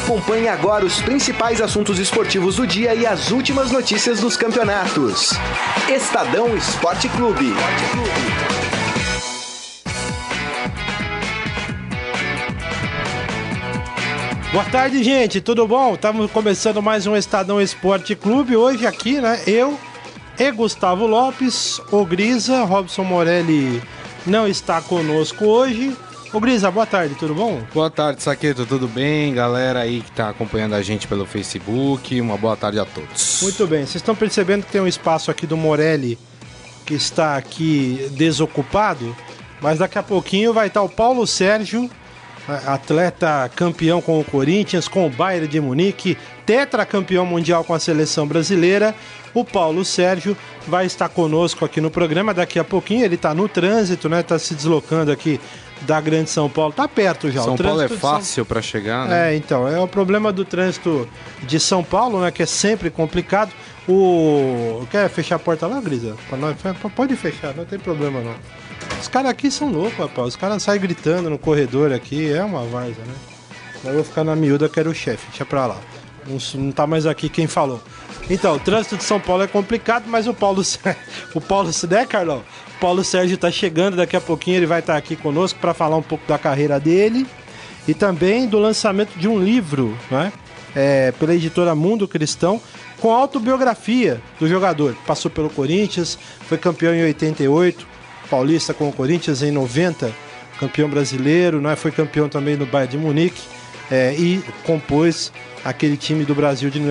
Acompanhe agora os principais assuntos esportivos do dia e as últimas notícias dos campeonatos. Estadão Esporte Clube. Boa tarde, gente, tudo bom? Estamos começando mais um Estadão Esporte Clube. Hoje aqui, né, eu e Gustavo Lopes, o Grisa, Robson Morelli não está conosco hoje. Ô Grisa, boa tarde, tudo bom? Boa tarde, Saqueto, tudo bem? Galera aí que tá acompanhando a gente pelo Facebook, uma boa tarde a todos. Muito bem, vocês estão percebendo que tem um espaço aqui do Morelli que está aqui desocupado, mas daqui a pouquinho vai estar o Paulo Sérgio, atleta campeão com o Corinthians, com o Bayern de Munique, tetracampeão mundial com a seleção brasileira. O Paulo Sérgio vai estar conosco aqui no programa daqui a pouquinho. Ele está no trânsito, né? Está se deslocando aqui da Grande São Paulo. Está perto já. São Paulo é fácil para chegar, né? Então, é o problema do trânsito de São Paulo, né? Que é sempre complicado. Quer fechar a porta lá, Grisa? Pode fechar, não tem problema não. Os caras aqui são loucos, rapaz. Os caras saem gritando no corredor aqui. É uma várzea, né? Eu vou ficar na miúda, que era o chefe. Deixa pra lá. Não tá mais aqui quem falou. Então, o trânsito de São Paulo é complicado, mas o Paulo né, Carlão? O Paulo Sérgio tá chegando, daqui a pouquinho ele vai estar aqui conosco para falar um pouco da carreira dele e também do lançamento de um livro, né? Pela editora Mundo Cristão, com autobiografia do jogador. Passou pelo Corinthians, foi campeão em 88, paulista com o Corinthians em 90, campeão brasileiro, né? Foi campeão também no Bayern de Munique e compôs aquele time do Brasil de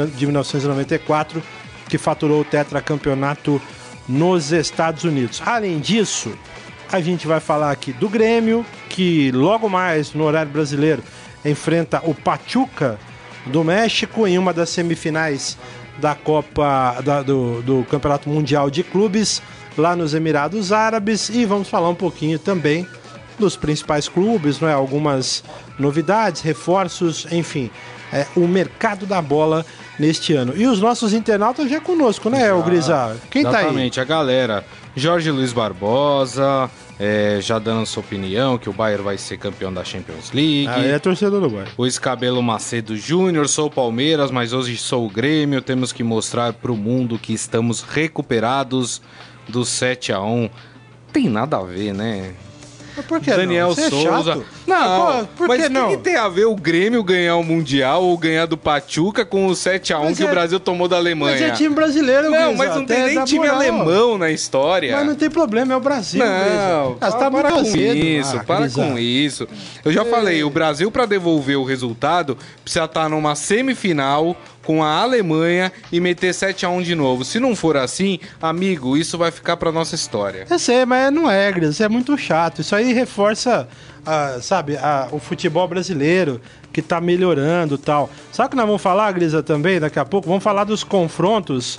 1994 que faturou o tetracampeonato nos Estados Unidos. Além disso, a gente vai falar aqui do Grêmio, que logo mais no horário brasileiro enfrenta o Pachuca do México em uma das semifinais da Copa do Campeonato Mundial de Clubes lá nos Emirados Árabes, e vamos falar um pouquinho também dos principais clubes, não é? Algumas novidades, reforços, enfim, o mercado da bola neste ano. E os nossos internautas já conosco, né, o Grisa? Quem tá aí? Exatamente, a galera. Jorge Luiz Barbosa, já dando sua opinião que o Bayern vai ser campeão da Champions League. É torcedor do Bayern. O Escabelo Macedo Júnior, sou o Palmeiras, mas hoje sou o Grêmio. Temos que mostrar pro mundo que estamos recuperados do 7-1. Tem nada a ver, né? Por que Daniel não? Você Souza. É chato? Não, por mas que não? O que tem a ver o Grêmio ganhar o Mundial ou ganhar do Pachuca com o 7-1 que o Brasil tomou da Alemanha? Mas é time brasileiro, Não, Grisa, mas não tem nem time alemão na história. Mas não tem problema, é o Brasil. Não, para com isso, para Grisa. com isso. Eu já falei, o Brasil, para devolver o resultado, precisa estar numa semifinal com a Alemanha e meter 7-1 de novo. Se não for assim, amigo, isso vai ficar pra nossa história. Eu sei, mas não é, Grisa, isso é muito chato. Isso aí reforça, o futebol brasileiro, que tá melhorando e tal. Sabe o que nós vamos falar, Grisa, também, daqui a pouco? Vamos falar dos confrontos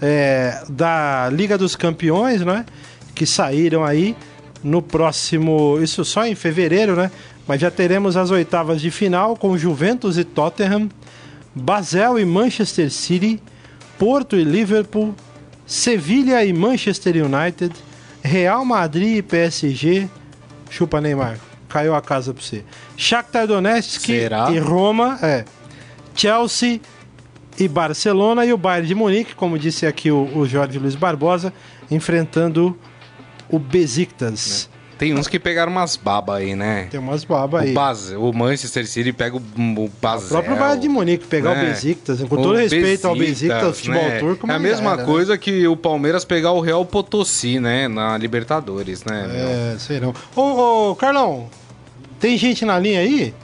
da Liga dos Campeões, né? Que saíram aí no próximo... Isso só em fevereiro, né? Mas já teremos as oitavas de final com Juventus e Tottenham, Basel e Manchester City, Porto e Liverpool, Sevilha e Manchester United, Real Madrid e PSG, chupa Neymar, caiu a casa pra você, Shakhtar Donetsk e Roma, Chelsea e Barcelona, e o Bayern de Munique, como disse aqui o Jorge Luiz Barbosa, enfrentando o Besiktas. Tem uns que pegaram umas babas aí, né? Tem umas babas aí. O Manchester City pega o Basel. O próprio Bayern de Munique pegar o Besiktas, com todo respeito ao Besiktas, ao futebol turco. É a mesma coisa que o Palmeiras pegar o Real Potosí, né? Na Libertadores, né? Sei não. Ô, Carlão, tem gente na linha aí?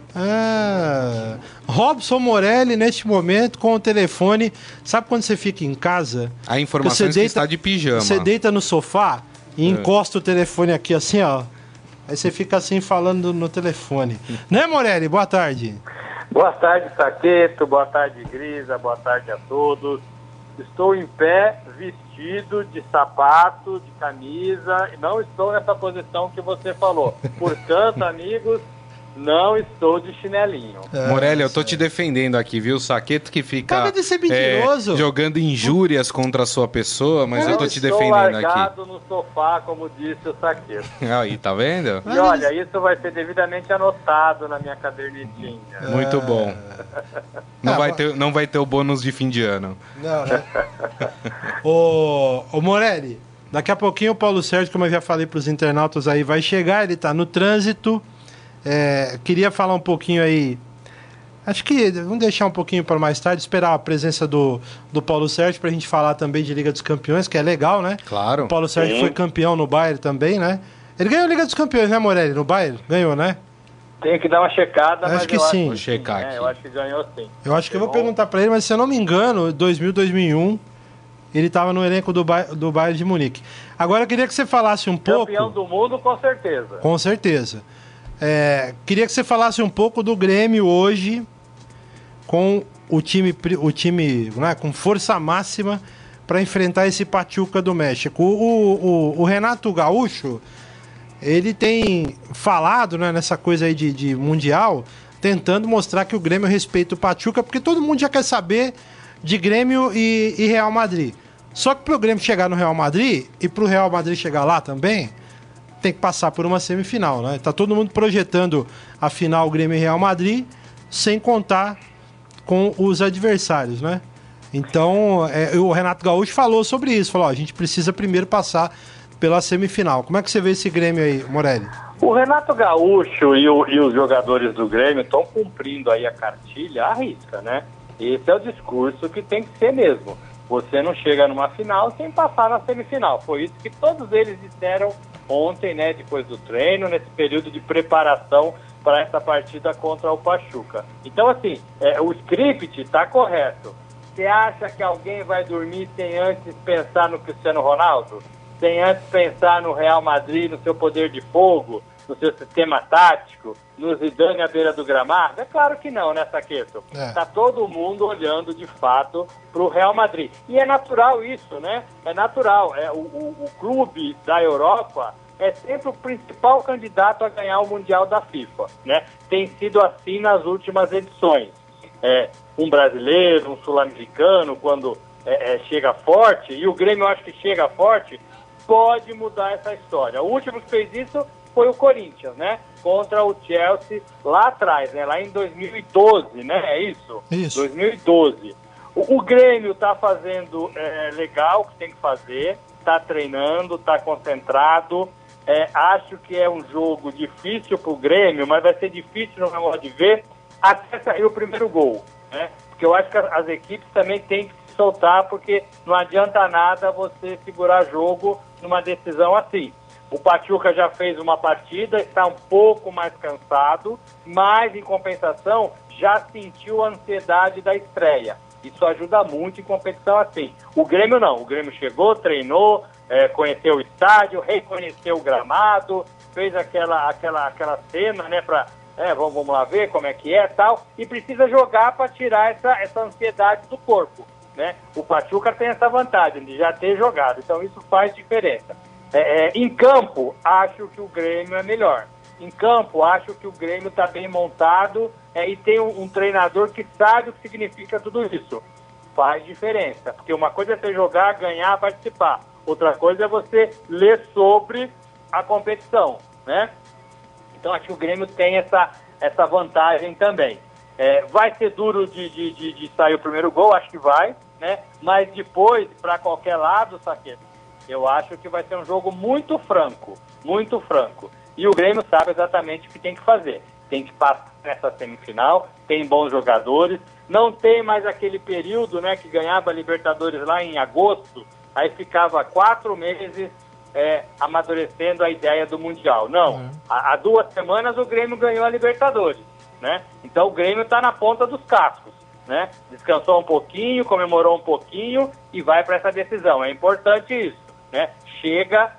Robson Morelli, neste momento, com o telefone. Sabe quando você fica em casa? A informação é que está de pijama. Você deita no sofá e encosta o telefone aqui assim, ó. Aí você fica assim falando no telefone. Né, Morelli? Boa tarde. Boa tarde, Saqueto. Boa tarde, Grisa. Boa tarde a todos. Estou em pé, vestido, de sapato, de camisa. E não estou nessa posição que você falou. Portanto, amigos, Não estou de chinelinho. Morelli, eu tô te defendendo aqui, viu? O Saqueto que fica Para de ser mentiroso. jogando injúrias contra a sua pessoa, mas eu tô te Estou defendendo largado aqui. no sofá, como disse o Saqueto. Aí, tá vendo? E olha, isso vai ser devidamente anotado na minha cadernetinha. Muito bom. Não vai ter o bônus de fim de ano. Não, né? Ô Morelli, daqui a pouquinho o Paulo Sérgio, como eu já falei pros internautas aí, vai chegar, ele tá no trânsito. Queria falar um pouquinho aí. Acho que vamos deixar um pouquinho para mais tarde, esperar a presença do Paulo Sérgio pra gente falar também de Liga dos Campeões, que é legal, né? Claro. O Paulo Sérgio foi campeão no Bayern também, né? Ele ganhou a Liga dos Campeões, né, Morelli? No Bayern? Ganhou, né? Tenho que dar uma checada, Acho mas que eu sim. Vou checar aqui. Eu acho que ganhou sim. Eu acho que eu vou perguntar pra ele, mas se eu não me engano, 2000, 2001, ele estava no elenco do Bayern de Munique. Agora eu queria que você falasse um pouco... Campeão do mundo, com certeza. Com certeza. Queria que você falasse um pouco do Grêmio hoje, com o time né, com força máxima para enfrentar esse Pachuca do México. O Renato Gaúcho, ele tem falado, né, nessa coisa aí de Mundial, tentando mostrar que o Grêmio respeita o Pachuca, porque todo mundo já quer saber de Grêmio e Real Madrid. Só que para o Grêmio chegar no Real Madrid e para o Real Madrid chegar lá também, tem que passar por uma semifinal, né? Tá todo mundo projetando a final Grêmio e Real Madrid, sem contar com os adversários, né? Então, o Renato Gaúcho falou sobre isso, falou, a gente precisa primeiro passar pela semifinal. Como é que você vê esse Grêmio aí, Morelli? O Renato Gaúcho e os jogadores do Grêmio estão cumprindo aí a cartilha à risca, né? Esse é o discurso que tem que ser mesmo. Você não chega numa final sem passar na semifinal. Foi isso que todos eles disseram ontem, né, depois do treino, nesse período de preparação para essa partida contra o Pachuca. Então, assim, o script está correto. Você acha que alguém vai dormir sem antes pensar no Cristiano Ronaldo? Sem antes pensar no Real Madrid, no seu poder de fogo, no seu sistema tático, no Zidane à beira do gramado? É claro que não, né, Saqueto? Tá todo mundo olhando, de fato, para o Real Madrid. E é natural isso, né? É natural. O clube da Europa é sempre o principal candidato a ganhar o Mundial da FIFA, né? Tem sido assim nas últimas edições. Um brasileiro, um sul-americano, quando chega forte, e o Grêmio eu acho que chega forte, pode mudar essa história. O último que fez isso foi o Corinthians, né? Contra o Chelsea lá atrás, né? Lá em 2012, né? É isso? Isso. 2012. O Grêmio tá fazendo legal o que tem que fazer, tá treinando, tá concentrado. Acho que é um jogo difícil pro Grêmio, mas vai ser difícil no meu modo de ver até sair o primeiro gol, né? Porque eu acho que as equipes também têm que se soltar, porque não adianta nada você segurar jogo numa decisão assim. O Pachuca já fez uma partida, está um pouco mais cansado, mas em compensação já sentiu a ansiedade da estreia. Isso ajuda muito em competição assim. O Grêmio não, o Grêmio chegou, treinou, conheceu o estádio, reconheceu o gramado, fez aquela cena, né, para vamos lá ver como é que é tal, e precisa jogar para tirar essa ansiedade do corpo, né? O Pachuca tem essa vantagem de já ter jogado, então isso faz diferença. Em campo, acho que o Grêmio é melhor. Em campo, acho que o Grêmio está bem montado e tem um treinador que sabe o que significa tudo isso. Faz diferença, porque uma coisa é você jogar, ganhar, participar. Outra coisa é você ler sobre a competição, né? Então, acho que o Grêmio tem essa vantagem também. Vai ser duro de sair o primeiro gol, acho que vai, né? Mas depois, para qualquer lado, Saqueto, eu acho que vai ser um jogo muito franco, muito franco. E o Grêmio sabe exatamente o que tem que fazer. Tem que passar nessa semifinal, tem bons jogadores, não tem mais aquele período, né, que ganhava a Libertadores lá em agosto, aí ficava 4 meses amadurecendo a ideia do Mundial. Não, há 2 semanas o Grêmio ganhou a Libertadores, né? Então o Grêmio está na ponta dos cascos, né? Descansou um pouquinho, comemorou um pouquinho e vai para essa decisão. É importante isso, né? Chega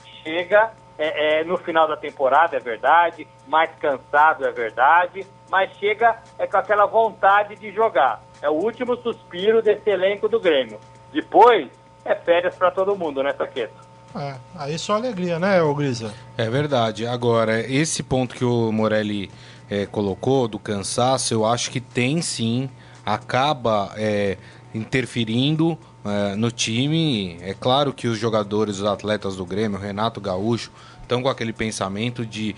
no final da temporada, é verdade, mais cansado, é verdade, mas chega com aquela vontade de jogar. É o último suspiro desse elenco do Grêmio. Depois, férias para todo mundo, né, Saqueto? Aí só alegria, né, ô Grisa? É verdade. Agora, esse ponto que o Morelli colocou, do cansaço, eu acho que tem sim, acaba interferindo no time. É claro que os jogadores, os atletas do Grêmio, o Renato Gaúcho, estão com aquele pensamento de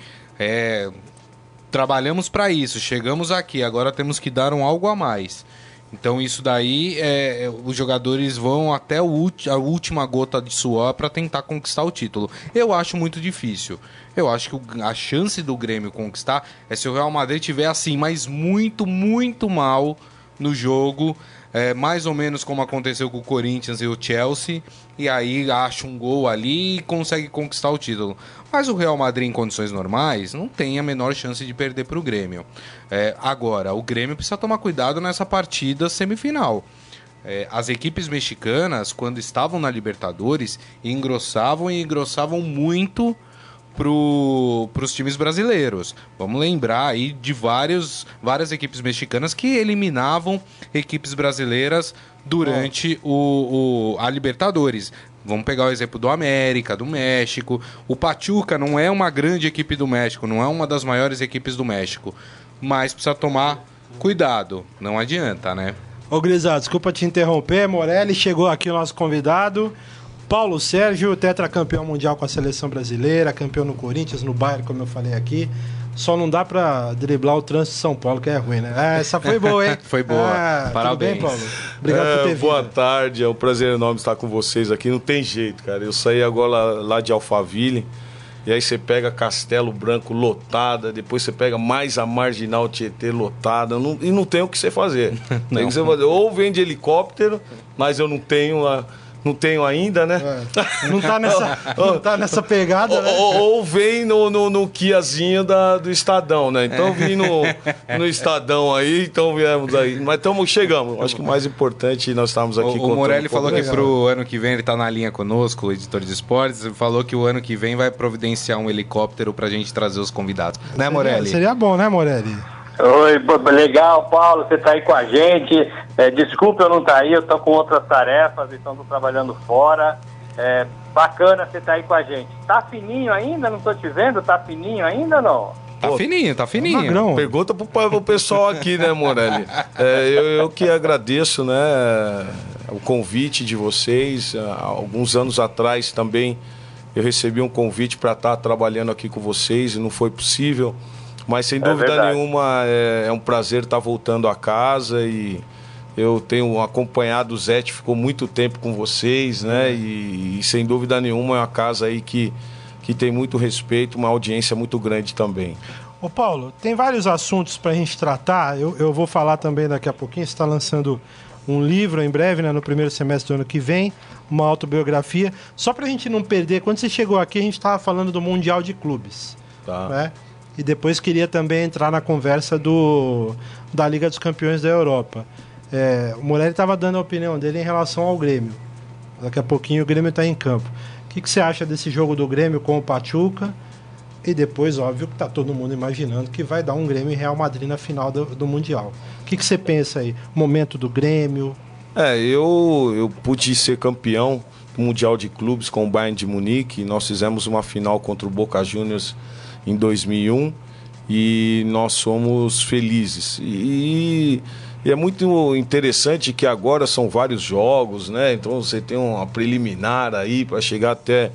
trabalhamos para isso, chegamos aqui, agora temos que dar algo a mais. Então isso daí, os jogadores vão até a última gota de suor para tentar conquistar o título. Eu acho muito difícil. Eu acho que a chance do Grêmio conquistar é se o Real Madrid tiver assim, mas muito, muito mal no jogo, mais ou menos como aconteceu com o Corinthians e o Chelsea, e aí acha um gol ali e consegue conquistar o título. Mas o Real Madrid, em condições normais, não tem a menor chance de perder para o Grêmio. Agora, o Grêmio precisa tomar cuidado nessa partida semifinal. As equipes mexicanas, quando estavam na Libertadores, engrossavam muito para os times brasileiros. Vamos lembrar aí de várias equipes mexicanas que eliminavam equipes brasileiras durante a Libertadores. Vamos pegar o exemplo do América, do México. O Pachuca não é uma grande equipe do México, não é uma das maiores equipes do México, mas precisa tomar cuidado, não adianta, né? Ô Grisado, desculpa te interromper, Morelli, chegou aqui o nosso convidado, Paulo Sérgio, tetracampeão mundial com a seleção brasileira, campeão no Corinthians, no Bayern, como eu falei aqui. Só não dá pra driblar o trânsito de São Paulo, que é ruim, né? Essa foi boa, hein? Foi boa. Parabéns. Tudo bem, Paulo? Obrigado por ter vindo. Boa tarde, é um prazer enorme estar com vocês aqui. Não tem jeito, cara. Eu saí agora lá de Alphaville, e aí você pega Castelo Branco lotada, depois você pega mais a Marginal Tietê lotada, e não tem o que você fazer. Tem que você fazer. Ou vem de helicóptero, mas eu não tenho ainda, né? Não tá nessa pegada, né? Ou vem no Kiazinho do Estadão, né? Então eu vim no Estadão aí, então viemos aí. Mas chegamos. Acho que o mais importante, nós estamos aqui com o Morelli falou que pro ano que vem ele tá na linha conosco, o editor de esportes, ele falou que o ano que vem vai providenciar um helicóptero pra gente trazer os convidados. Né, Morelli? Seria bom, né, Morelli? Oi, legal, Paulo, você tá aí com a gente. Desculpa eu não estar aí, eu tô com outras tarefas, então tô trabalhando fora. Bacana você tá aí com a gente. Tá fininho ainda? Não tô te vendo? Tá fininho ainda ou não? Tá fininho. Magrão. Pergunta pro pessoal aqui, né, Morelli? Eu que agradeço, né, o convite de vocês. Há alguns anos atrás também eu recebi um convite para estar trabalhando aqui com vocês e não foi possível. Mas sem dúvida nenhuma é um prazer estar voltando a casa, e eu tenho acompanhado o Zete, ficou muito tempo com vocês, né? E sem dúvida nenhuma é uma casa aí que tem muito respeito, uma audiência muito grande também. Ô Paulo, tem vários assuntos para a gente tratar, eu vou falar também daqui a pouquinho. Você está lançando um livro em breve, né, no primeiro semestre do ano que vem, uma autobiografia. Só para a gente não perder, quando você chegou aqui a gente estava falando do Mundial de Clubes, né? E depois queria também entrar na conversa da Liga dos Campeões da Europa. O Morelli estava dando a opinião dele em relação ao Grêmio. Daqui a pouquinho o Grêmio está em campo. O que você acha desse jogo do Grêmio com o Pachuca? E depois, óbvio, que está todo mundo imaginando que vai dar um Grêmio e Real Madrid na final do Mundial. O que você pensa aí? Momento do Grêmio? Eu pude ser campeão do Mundial de Clubes com o Bayern de Munique. Nós fizemos uma final contra o Boca Juniors em 2001 e nós somos felizes. E é muito interessante que agora são vários jogos, né? Então você tem uma preliminar aí para chegar até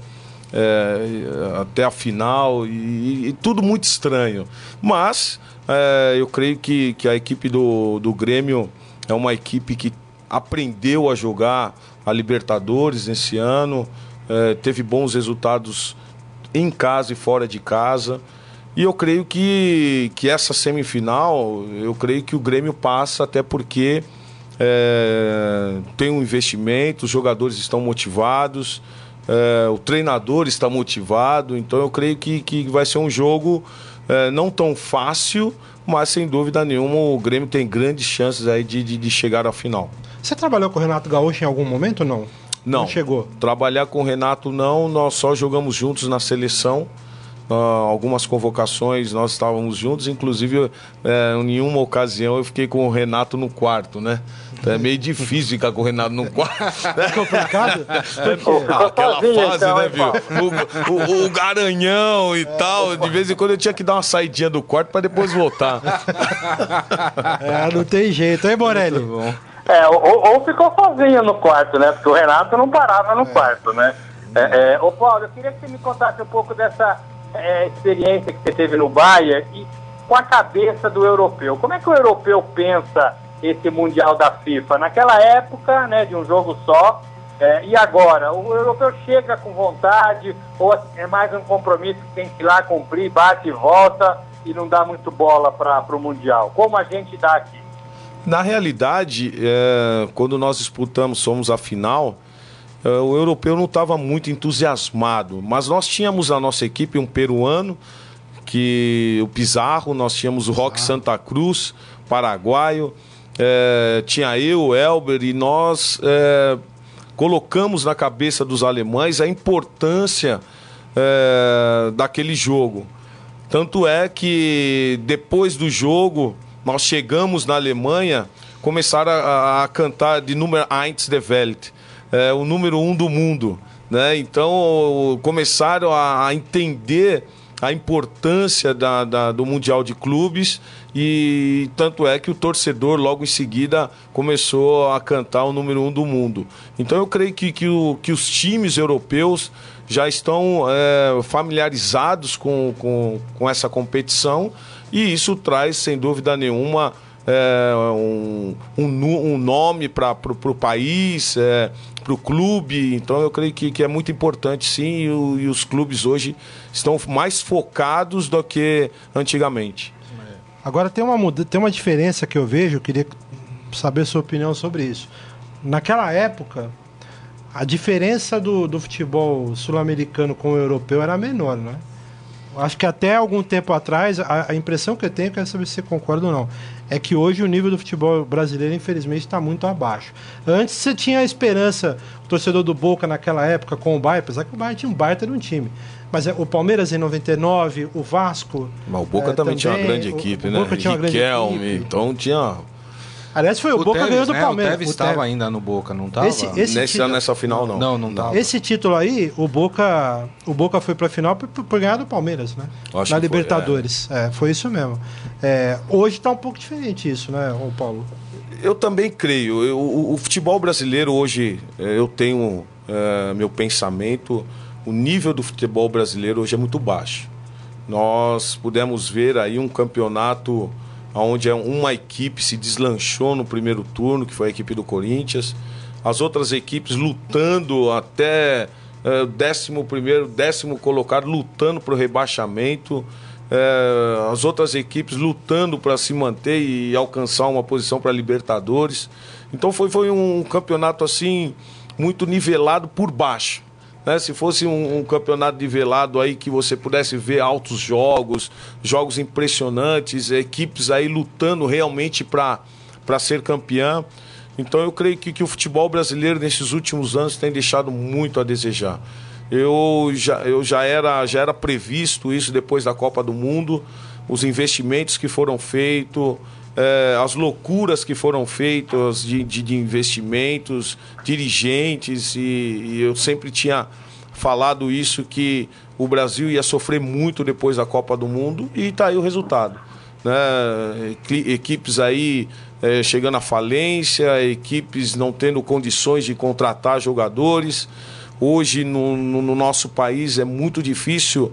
a final e tudo muito estranho. Mas eu creio que a equipe do Grêmio é uma equipe que aprendeu a jogar a Libertadores nesse ano, teve bons resultados em casa e fora de casa, e eu creio que essa semifinal, eu creio que o Grêmio passa, até porque tem um investimento, os jogadores estão motivados, o treinador está motivado, então eu creio que vai ser um jogo não tão fácil, mas sem dúvida nenhuma o Grêmio tem grandes chances aí de chegar à final. Você trabalhou com o Renato Gaúcho em algum momento ou não? Não chegou. Trabalhar com o Renato não, nós só jogamos juntos na seleção. algumas convocações nós estávamos juntos, inclusive em nenhuma ocasião eu fiquei com o Renato no quarto, né? Então é meio difícil ficar com o Renato no quarto. É complicado? Aquela fase, né, viu? O garanhão e tal. De vez em quando eu tinha que dar uma saidinha do quarto para depois voltar. Não tem jeito, hein, Morelli? Ou ficou sozinho no quarto, né? Porque o Renato não parava no quarto, né? Ô Paulo, eu queria que você me contasse um pouco dessa experiência que você teve no Bayern e com a cabeça do europeu. Como é que o europeu pensa esse Mundial da FIFA? Naquela época, né, de um jogo só, e agora? O europeu chega com vontade ou é mais um compromisso que tem que ir lá cumprir, bate e volta e não dá muito bola para o Mundial? Como a gente dá aqui? Na realidade, quando nós disputamos, somos a final, o europeu não estava muito entusiasmado, mas nós tínhamos a nossa equipe, um peruano, o Pizarro, nós tínhamos o Roque Santa Cruz, paraguaio, tinha eu, o Elber, e nós colocamos na cabeça dos alemães a importância daquele jogo. Tanto é que depois do jogo, nós chegamos na Alemanha, começaram a cantar de número 1 der Welt, o número 1 do mundo, né? Então começaram a entender a importância do Mundial de Clubes, e tanto é que o torcedor logo em seguida começou a cantar o número 1 do mundo. Então eu creio que os times europeus já estão familiarizados com essa competição, e isso traz, sem dúvida nenhuma, um nome para o país, para o clube. Então eu creio que é muito importante, sim, e os clubes hoje estão mais focados do que antigamente. Agora tem uma diferença que eu vejo, eu queria saber a sua opinião sobre isso. Naquela época, a diferença do futebol sul-americano com o europeu era menor, né? Acho que até algum tempo atrás, a impressão que eu tenho, quero saber se você concorda ou não, é que hoje o nível do futebol brasileiro, infelizmente, está muito abaixo. Antes você tinha a esperança, o torcedor do Boca naquela época com o Bayern, apesar que o Bayern tinha um baita de um time. Mas o Palmeiras em 99, o Vasco... Mas o Boca também tinha uma grande equipe, né? O Boca tinha uma grande equipe. Então tinha... Aliás, foi o Boca Tevez, ganhou do né? Palmeiras. O Tevez estava ainda no Boca, não estava? Nessa final, não. Não estava. Esse título aí, o Boca foi pra final por ganhar do Palmeiras, né? Acho na que Libertadores. Foi isso mesmo. Hoje tá um pouco diferente isso, né, Paulo? Eu também creio. O futebol brasileiro hoje, eu tenho meu pensamento, o nível do futebol brasileiro hoje é muito baixo. Nós pudemos ver aí um campeonato onde uma equipe se deslanchou no primeiro turno, que foi a equipe do Corinthians, as outras equipes lutando até 11º, 10º colocado, lutando para o rebaixamento, as outras equipes lutando para se manter e alcançar uma posição para a Libertadores. Então foi um campeonato assim muito nivelado por baixo. Se fosse um campeonato nivelado aí que você pudesse ver altos jogos impressionantes, equipes aí lutando realmente para ser campeã. Então eu creio que o futebol brasileiro nesses últimos anos tem deixado muito a desejar. Eu já era previsto isso depois da Copa do Mundo, os investimentos que foram feitos, as loucuras que foram feitas de investimentos, dirigentes, e eu sempre tinha falado isso, que o Brasil ia sofrer muito depois da Copa do Mundo, e está aí o resultado, né? Equipes aí chegando à falência, equipes não tendo condições de contratar jogadores. Hoje no nosso país é muito difícil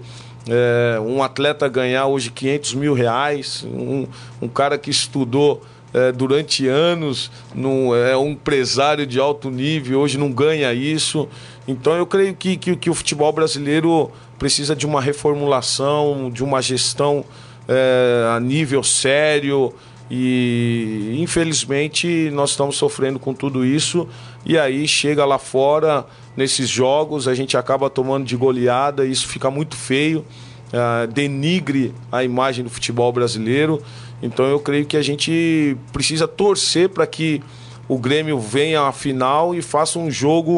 um atleta ganhar hoje R$500 mil, um cara que estudou durante anos, é um empresário de alto nível, hoje não ganha isso. Então eu creio que o futebol brasileiro precisa de uma reformulação, de uma gestão a nível sério, e infelizmente nós estamos sofrendo com tudo isso, e aí chega lá fora, nesses jogos, a gente acaba tomando de goleada, e isso fica muito feio, denigre a imagem do futebol brasileiro. Então eu creio que a gente precisa torcer para que o Grêmio venha à final e faça um jogo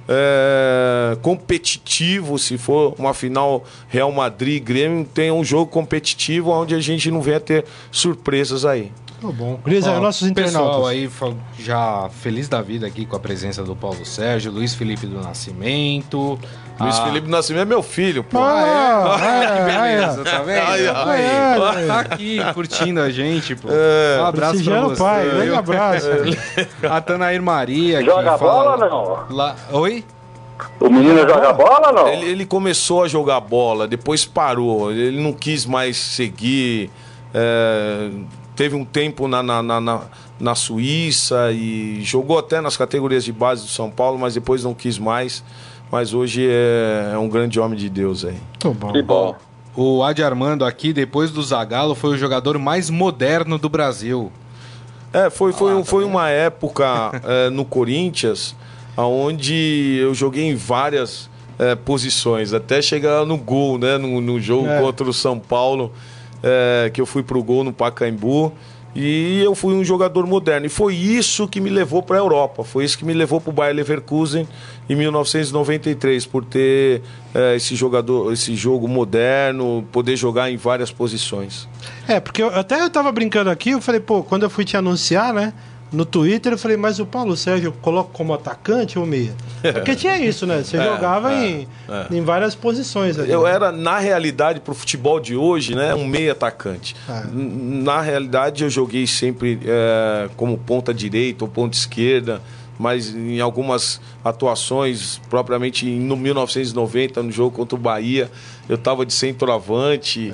competitivo. Se for uma final Real Madrid e Grêmio, tenha um jogo competitivo onde a gente não venha ter surpresas aí. Tá bom. Grisa, nossos internautas. Pessoal aí já feliz da vida aqui com a presença do Paulo Sérgio, Luiz Felipe do Nascimento. Luiz Felipe do Nascimento é meu filho, pô. Que beleza, tá vendo? Tá aqui curtindo a gente, pô. Um abraço pra você. Pai, grande abraço. A Tanair Maria aqui Joga fala... bola ou não? Oi? O menino joga bola ou não? Ele começou a jogar bola, depois parou. Ele não quis mais seguir. Teve um tempo na Suíça e jogou até nas categorias de base do São Paulo, mas depois não quis mais. Mas hoje é um grande homem de Deus aí. Tô bom. Que bom. O Adi Armando aqui, depois do Zagallo, foi o jogador mais moderno do Brasil. Foi uma época no Corinthians onde eu joguei em várias posições, até chegar no gol, né? No jogo contra o São Paulo, que eu fui pro gol no Pacaembu. E eu fui um jogador moderno. E foi isso que me levou para a Europa. Foi isso que me levou para o Bayer Leverkusen em 1993, por ter esse jogo moderno, poder jogar em várias posições. Porque eu tava brincando aqui, eu falei, quando eu fui te anunciar, né? No Twitter, eu falei, mas o Paulo Sérgio coloca como atacante ou meia? Porque tinha isso, né? Você jogava em várias posições. Ali, eu era, na realidade, pro futebol de hoje, né? Um meia atacante. Na realidade, eu joguei sempre como ponta direita ou ponta esquerda, mas em algumas atuações, propriamente no 1990, no jogo contra o Bahia, eu estava de centroavante.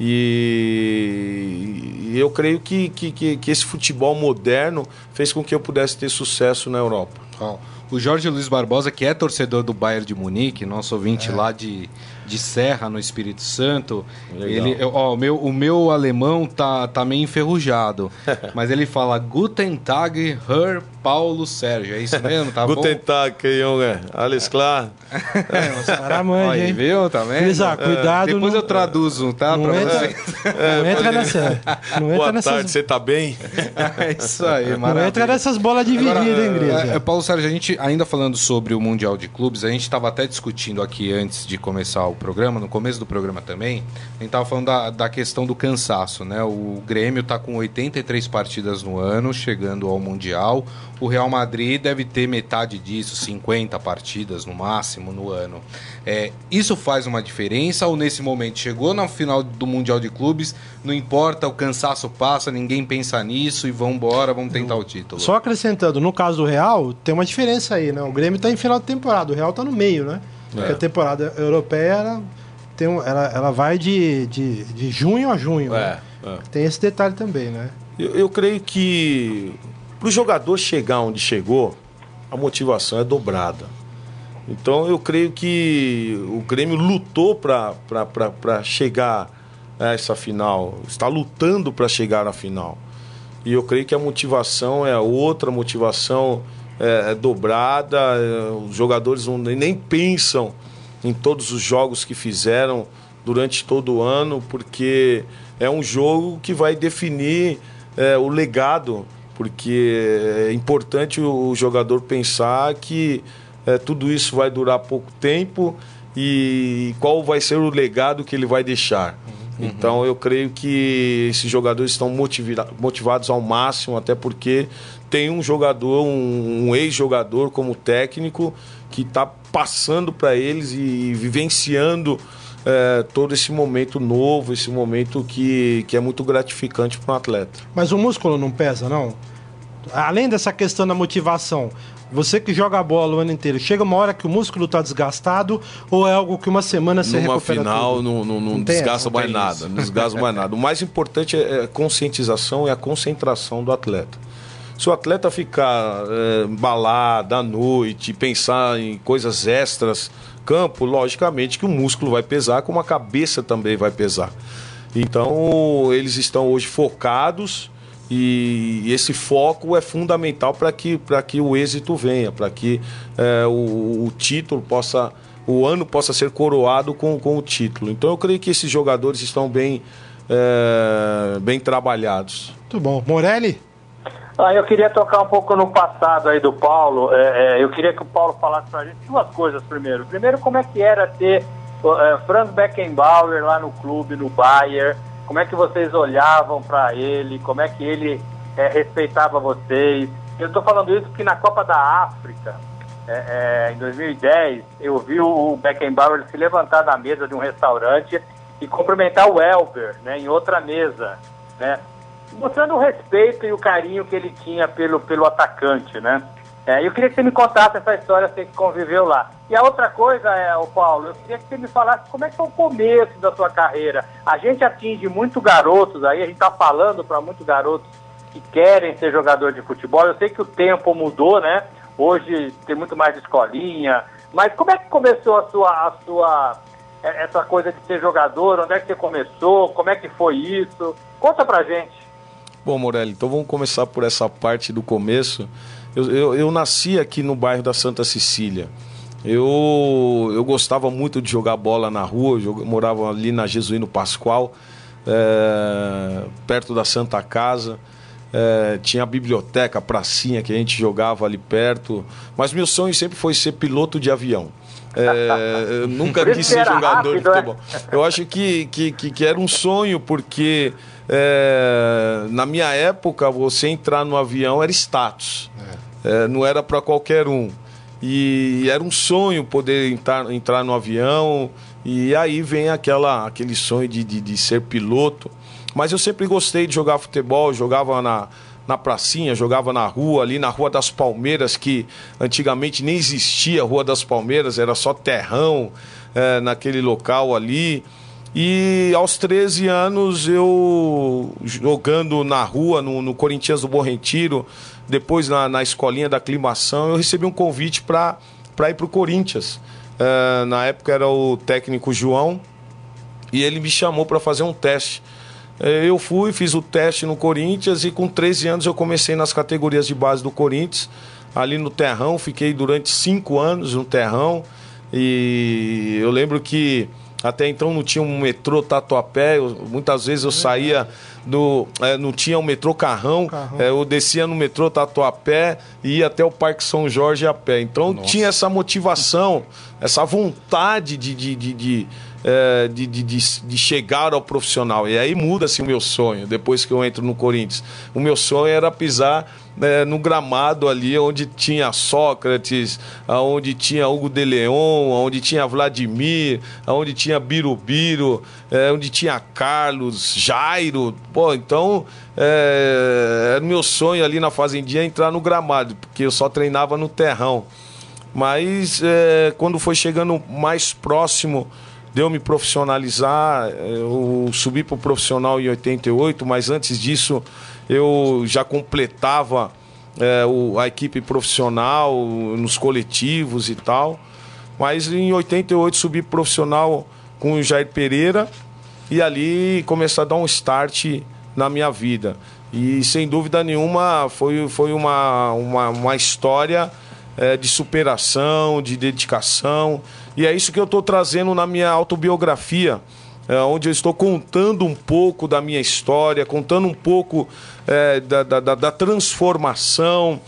E eu creio que esse futebol moderno fez com que eu pudesse ter sucesso na Europa. O Jorge Luiz Barbosa, que é torcedor do Bayern de Munique, nosso ouvinte lá de Serra, no Espírito Santo, o meu alemão tá meio enferrujado, mas ele fala Guten Tag, Herr Paulo Sérgio. É isso mesmo? Tá bom? Guten Tag, Junge. Alles klar? Caramanja, hein? Viu? Tá vendo? Grisa, cuidado. Depois eu traduzo, tá? Não entra nessa. Boa tarde, você tá bem? É isso aí, maravilha. Não entra nessas bolas divididas, hein, Grisa? Paulo Sérgio, a gente, ainda falando sobre o Mundial de Clubes, a gente estava até discutindo aqui antes de começar o programa, no começo do programa também, a gente estava falando da questão do cansaço, né? O Grêmio está com 83 partidas no ano, chegando ao Mundial. O Real Madrid deve ter metade disso, 50 partidas no máximo no ano. Isso faz uma diferença ou nesse momento chegou na final do Mundial de Clubes, não importa, o cansaço passa, ninguém pensa nisso e vamos tentar o título? Só acrescentando, no caso do Real, tem uma diferença aí, né? O Grêmio está em final de temporada, o Real está no meio, né? Porque a temporada europeia ela vai de junho a junho. Né? Tem esse detalhe também, né? Eu creio que para o jogador chegar onde chegou, a motivação é dobrada. Então eu creio que o Grêmio lutou para chegar a essa final, está lutando para chegar à final. E eu creio que a motivação é outra, motivação é dobrada. Os jogadores nem pensam em todos os jogos que fizeram durante todo o ano, porque é um jogo que vai definir o legado, porque é importante o jogador pensar que tudo isso vai durar pouco tempo e qual vai ser o legado que ele vai deixar. Então eu creio que esses jogadores estão motivados ao máximo, até porque tem um jogador, um ex-jogador como técnico que está passando para eles e vivenciando todo esse momento novo, esse momento que é muito gratificante para um atleta. Mas o músculo não pesa, não? Além dessa questão da motivação, você que joga a bola o ano inteiro, chega uma hora que o músculo está desgastado ou é algo que uma semana você recupera final tudo? não desgasta mais nada, não desgasta mais nada. O mais importante é a conscientização e a concentração do atleta. Se o atleta ficar embalado à noite, pensar em coisas extras, campo, logicamente que o músculo vai pesar, como a cabeça também vai pesar. Então, eles estão hoje focados e esse foco é fundamental para que o êxito venha, para que o título o ano possa ser coroado com o título. Então, eu creio que esses jogadores estão bem trabalhados. Muito bom. Morelli? Eu queria tocar um pouco no passado aí do Paulo. Eu queria que o Paulo falasse pra gente duas coisas primeiro. Primeiro, como é que era ter Franz Beckenbauer lá no clube, no Bayern? Como é que vocês olhavam para ele? Como é que ele respeitava vocês? Eu estou falando isso porque na Copa da África, em 2010, eu vi o Beckenbauer se levantar da mesa de um restaurante e cumprimentar o Elber, né, em outra mesa, né, mostrando o respeito e o carinho que ele tinha pelo atacante, né. Eu queria que você me contasse essa história, você que conviveu lá. E a outra coisa, Paulo, eu queria que você me falasse como é que foi o começo da sua carreira. A gente atinge muito garotos aí, a gente está falando para muitos garotos que querem ser jogador de futebol. Eu sei que o tempo mudou, né? Hoje tem muito mais escolinha. Mas como é que começou essa coisa de ser jogador? Onde é que você começou? Como é que foi isso? Conta pra gente. Bom, Morelli, então vamos começar por essa parte do começo. Eu nasci aqui no bairro da Santa Cecília. Eu gostava muito de jogar bola na rua. Eu morava ali na Jesuíno Pascoal, perto da Santa Casa. Tinha a biblioteca, a pracinha que a gente jogava ali perto. Mas meu sonho sempre foi ser piloto de avião. Eu nunca quis ser jogador de futebol. Eu acho que era um sonho, porque na minha época você entrar no avião era status. Não era para qualquer um. E era um sonho poder entrar no avião. E aí vem aquele sonho de ser piloto. Mas eu sempre gostei de jogar futebol. Jogava na pracinha, jogava na rua, ali na Rua das Palmeiras, que antigamente nem existia a Rua das Palmeiras, era só terrão naquele local ali. E aos 13 anos eu jogando na rua, no Corinthians do Bom Retiro, depois na escolinha da aclimação, eu recebi um convite para ir para o Corinthians. Na época era o técnico João, e ele me chamou para fazer um teste. Eu fui, fiz o teste no Corinthians, e com 13 anos eu comecei nas categorias de base do Corinthians, ali no Terrão. Fiquei durante 5 anos no Terrão, e eu lembro que até então não tinha um metrô Tatuapé. Muitas vezes eu saía não tinha um metrô Carrão. Eu descia no metrô Tatuapé e ia até o Parque São Jorge a pé. Então tinha essa motivação, essa vontade de chegar ao profissional. E aí muda-se o meu sonho depois que eu entro no Corinthians. O meu sonho era pisar no gramado ali onde tinha Sócrates, onde tinha Hugo de Leon, onde tinha Vladimir, onde tinha Birubiru, onde tinha Carlos, Jairo. Pô, então era o meu sonho ali na Fazendinha entrar no gramado, porque eu só treinava no terrão. Mas quando foi chegando mais próximo de eu me profissionalizar, eu subi para o profissional em 88, mas antes disso eu já completava a equipe profissional nos coletivos e tal. Mas em 88 subi pro profissional com o Jair Pereira, e ali começou a dar um start na minha vida. E sem dúvida nenhuma foi uma história de superação, de dedicação. E é isso que eu estou trazendo na minha autobiografia, onde eu estou contando um pouco da minha história, contando um pouco da transformação,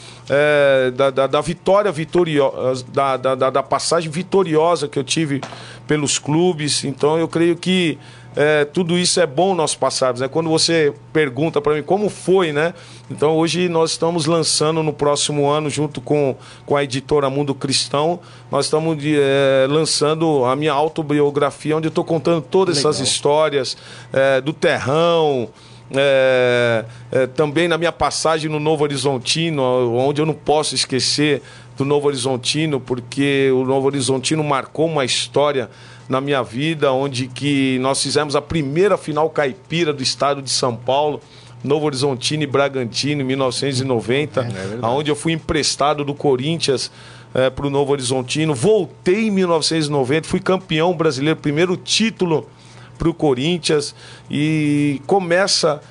da vitória vitoriosa, da passagem vitoriosa que eu tive pelos clubes. Então eu creio que tudo isso é bom nós passarmos, né? Quando você pergunta para mim como foi, né? Então hoje nós estamos lançando no próximo ano, junto com a editora Mundo Cristão, nós estamos lançando a minha autobiografia, onde eu estou contando todas essas histórias do terrão, também na minha passagem no Novo Horizontino, onde eu não posso esquecer do Novo Horizontino, porque o Novo Horizontino marcou uma história na minha vida, onde que nós fizemos a primeira final caipira do estado de São Paulo, Novo Horizontino e Bragantino, em 1990, onde eu fui emprestado do Corinthians para o Novo Horizontino. Voltei em 1990, fui campeão brasileiro, primeiro título para o Corinthians, e começa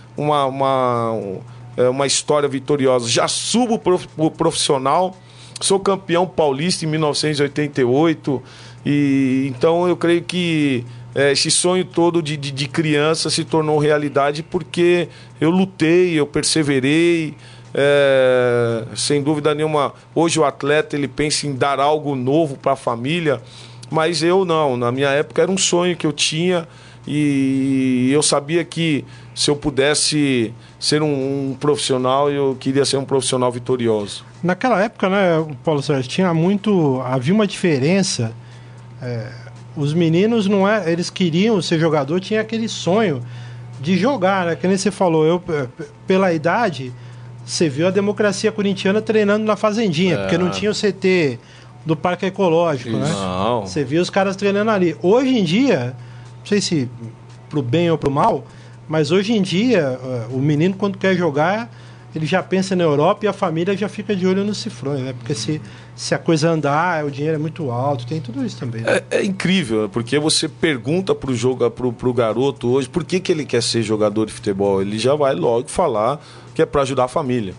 uma história vitoriosa. Já subo para o profissional, sou campeão paulista em 1988, e então eu creio que esse sonho todo de criança se tornou realidade porque eu lutei, eu perseverei, sem dúvida nenhuma, hoje o atleta ele pensa em dar algo novo para a família, mas eu não. Na minha época era um sonho que eu tinha e eu sabia que se eu pudesse ser um profissional, eu queria ser um profissional vitorioso. Naquela época, né, Paulo Sérgio, havia uma diferença. Os meninos eles queriam ser jogador, tinha aquele sonho de jogar, né? Que nem você falou, pela idade, você viu a democracia corintiana treinando na fazendinha, porque não tinha o CT do Parque Ecológico, né? Não. Você viu os caras treinando ali. Hoje em dia, não sei se pro bem ou pro mal, mas hoje em dia, o menino quando quer jogar, ele já pensa na Europa e a família já fica de olho nos cifrões, né? Porque se a coisa andar, o dinheiro é muito alto, tem tudo isso também. Né? É incrível, porque você pergunta pro garoto hoje por que ele quer ser jogador de futebol. Ele já vai logo falar que é para ajudar a família.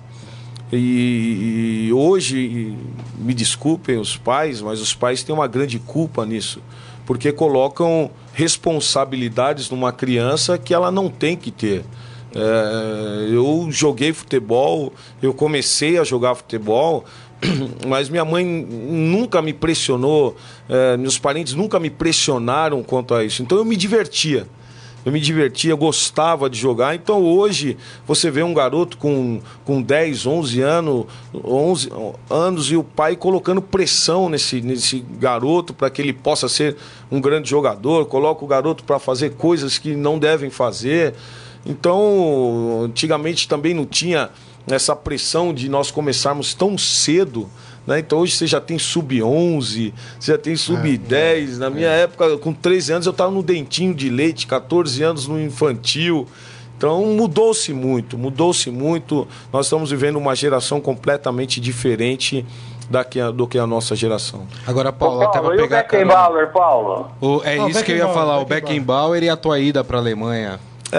E hoje, me desculpem os pais, mas os pais têm uma grande culpa nisso, porque colocam responsabilidades numa criança que ela não tem que ter. Eu joguei futebol, eu comecei a jogar futebol, mas minha mãe nunca me pressionou, meus parentes nunca me pressionaram quanto a isso. Então eu me divertia, eu gostava de jogar. Então hoje você vê um garoto com 10, 11 anos e o pai colocando pressão nesse garoto para que ele possa ser um grande jogador, coloca o garoto para fazer coisas que não devem fazer. Então, antigamente também não tinha essa pressão de nós começarmos tão cedo, né? Então hoje você já tem sub-11, você já tem sub-10. Na minha época, com 13 anos, eu estava no dentinho de leite, 14 anos no infantil. Então mudou-se muito. Nós estamos vivendo uma geração completamente diferente do que a nossa geração. Agora, Paulo, até pra pegar... E o Beckenbauer, Paulo? Isso que eu ia falar, o Beckenbauer e a tua ida para a Alemanha.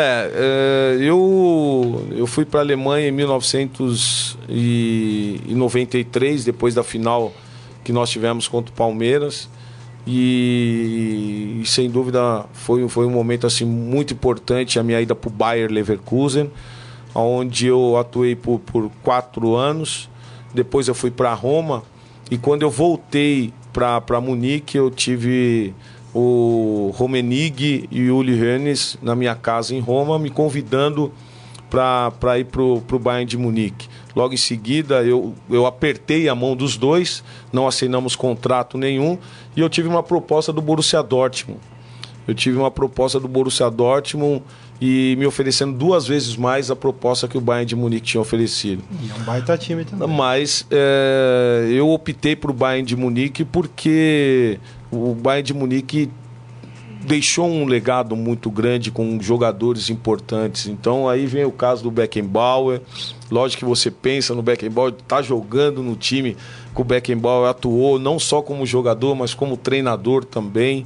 Eu fui para a Alemanha em 1993, depois da final que nós tivemos contra o Palmeiras, e sem dúvida foi um momento assim, muito importante a minha ida para o Bayer Leverkusen, onde eu atuei por 4 anos. Depois eu fui para Roma, e quando eu voltei para Munique, eu tive o Rummenigge e o Uli Hoeneß na minha casa em Roma, me convidando para ir para o Bayern de Munique. Logo em seguida, eu apertei a mão dos dois, não assinamos contrato nenhum, e eu tive uma proposta do Borussia Dortmund. E me oferecendo 2 vezes mais a proposta que o Bayern de Munique tinha oferecido. E é um baita time também. Mas eu optei para o Bayern de Munique porque o Bayern de Munique deixou um legado muito grande com jogadores importantes. Então aí vem o caso do Beckenbauer. Lógico que você pensa no Beckenbauer, está jogando no time que o Beckenbauer atuou, não só como jogador, mas como treinador também.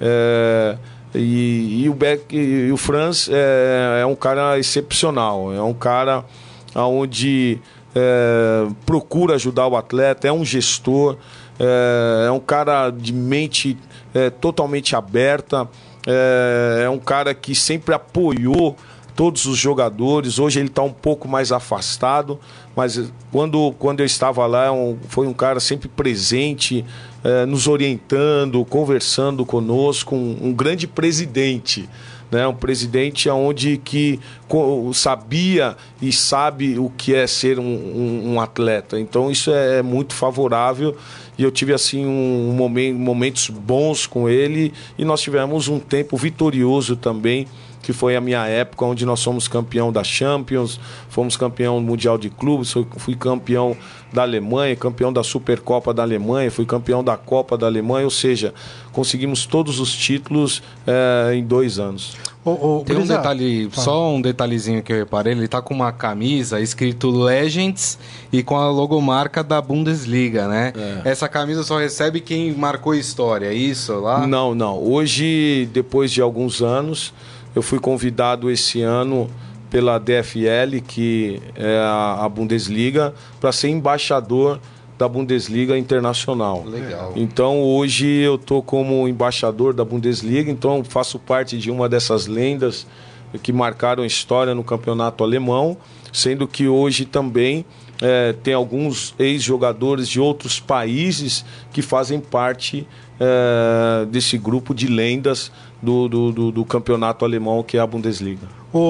E o Franz é um cara excepcional, é um cara onde procura ajudar o atleta, é um gestor, é um cara de mente totalmente aberta, é um cara que sempre apoiou todos os jogadores. Hoje ele está um pouco mais afastado, mas quando eu estava lá, foi um cara sempre presente, nos orientando, conversando conosco, um grande presidente, né? Um presidente que sabia e sabe o que é ser um atleta. Então isso é muito favorável, e eu tive assim momentos bons com ele, e nós tivemos um tempo vitorioso também, que foi a minha época, onde nós fomos campeão da Champions, fomos campeão mundial de clubes, fui campeão da Alemanha, campeão da Supercopa da Alemanha, fui campeão da Copa da Alemanha, ou seja, conseguimos todos os títulos em 2 anos. Tem um detalhe, só um detalhezinho que eu reparei, ele tá com uma camisa escrito Legends e com a logomarca da Bundesliga, né? Essa camisa só recebe quem marcou história, é isso lá? Não. Hoje, depois de alguns anos, eu fui convidado esse ano pela DFL, que é a Bundesliga, para ser embaixador da Bundesliga Internacional. Legal. Então hoje eu estou como embaixador da Bundesliga, então faço parte de uma dessas lendas que marcaram história no campeonato alemão, sendo que hoje também tem alguns ex-jogadores de outros países que fazem parte desse grupo de lendas do campeonato alemão, que é a Bundesliga.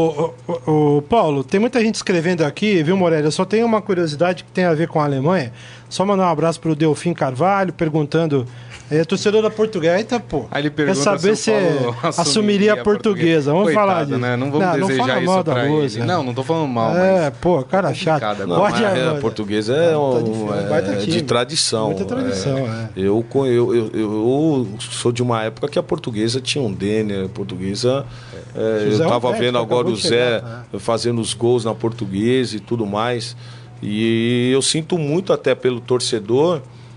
O Paulo, tem muita gente escrevendo aqui, viu, Morelli? Eu só tenho uma curiosidade que tem a ver com a Alemanha. Só mandar um abraço pro Delfim Carvalho, perguntando... torcedor da Portuguesa, eita, pô. Aí ele pergunta quer saber se assumiria a Portuguesa. Vamos Coitado, falar disso. Né? Não vamos desejar isso pra ele. Não tô falando mal, mas... pô, cara chato. A Portuguesa é de tradição. Muita tradição, Eu sou de uma época que a Portuguesa tinha um Denner, a Portuguesa... eu estava vendo agora o Zé fazendo os gols na Portuguesa e tudo mais. E eu sinto muito até pelo torcedor,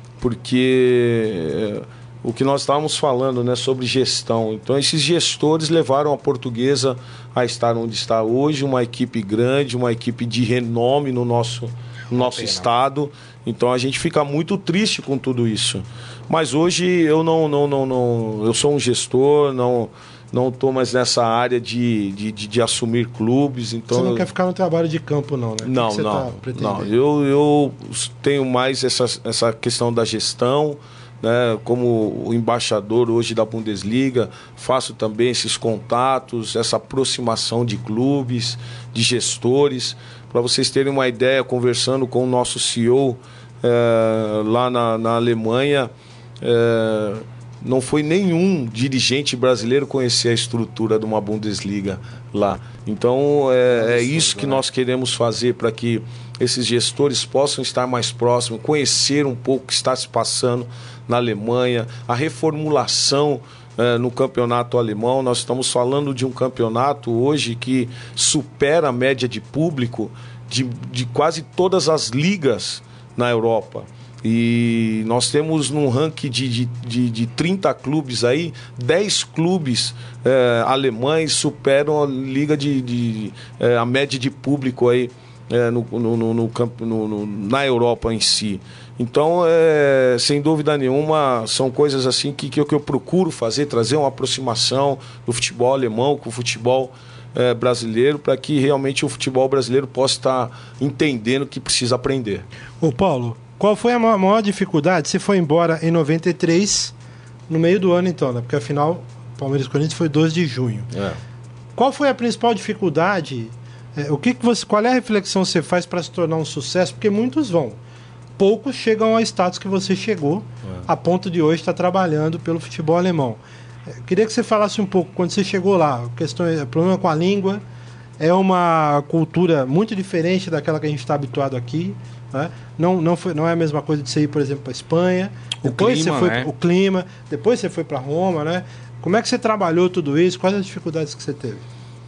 porque o que nós estávamos falando, né, sobre gestão. Então, esses gestores levaram a Portuguesa a estar onde está hoje, uma equipe grande, uma equipe de renome no nosso estado. Então, a gente fica muito triste com tudo isso. Mas hoje eu eu sou um gestor, não estou mais nessa área de assumir clubes. Então você não quer ficar no trabalho de campo, não, né? Não. Eu tenho mais essa questão da gestão, né? Como o embaixador hoje da Bundesliga, faço também esses contatos, essa aproximação de clubes, de gestores. Para vocês terem uma ideia, conversando com o nosso CEO lá na Alemanha, não foi nenhum dirigente brasileiro conhecer a estrutura de uma Bundesliga lá. Então, é isso que nós queremos fazer para que esses gestores possam estar mais próximos, conhecer um pouco o que está se passando na Alemanha, a reformulação no campeonato alemão. Nós estamos falando de um campeonato hoje que supera a média de público de quase todas as ligas na Europa. E nós temos num ranking de 30 clubes aí, 10 clubes alemães superam a liga a média de público aí na Europa em si. Então, sem dúvida nenhuma, são coisas assim que eu procuro fazer, trazer uma aproximação do futebol alemão com o futebol brasileiro, para que realmente o futebol brasileiro possa estar entendendo que precisa aprender. Ô Paulo, qual foi a maior dificuldade? Você foi embora em 93, no meio do ano então, né? Porque afinal, Palmeiras e Corinthians foi 2 de junho. Qual foi a principal dificuldade? Qual é a reflexão que você faz para se tornar um sucesso? Porque muitos vão. Poucos chegam ao status que você chegou, a ponto de hoje estar trabalhando pelo futebol alemão. Queria que você falasse um pouco, quando você chegou lá, problema com a língua, é uma cultura muito diferente daquela que a gente está habituado aqui. Né? Não é a mesma coisa de você ir, por exemplo, para a Espanha. Depois você foi o clima, depois você foi para Roma, né? Como é que você trabalhou tudo isso? Quais as dificuldades que você teve?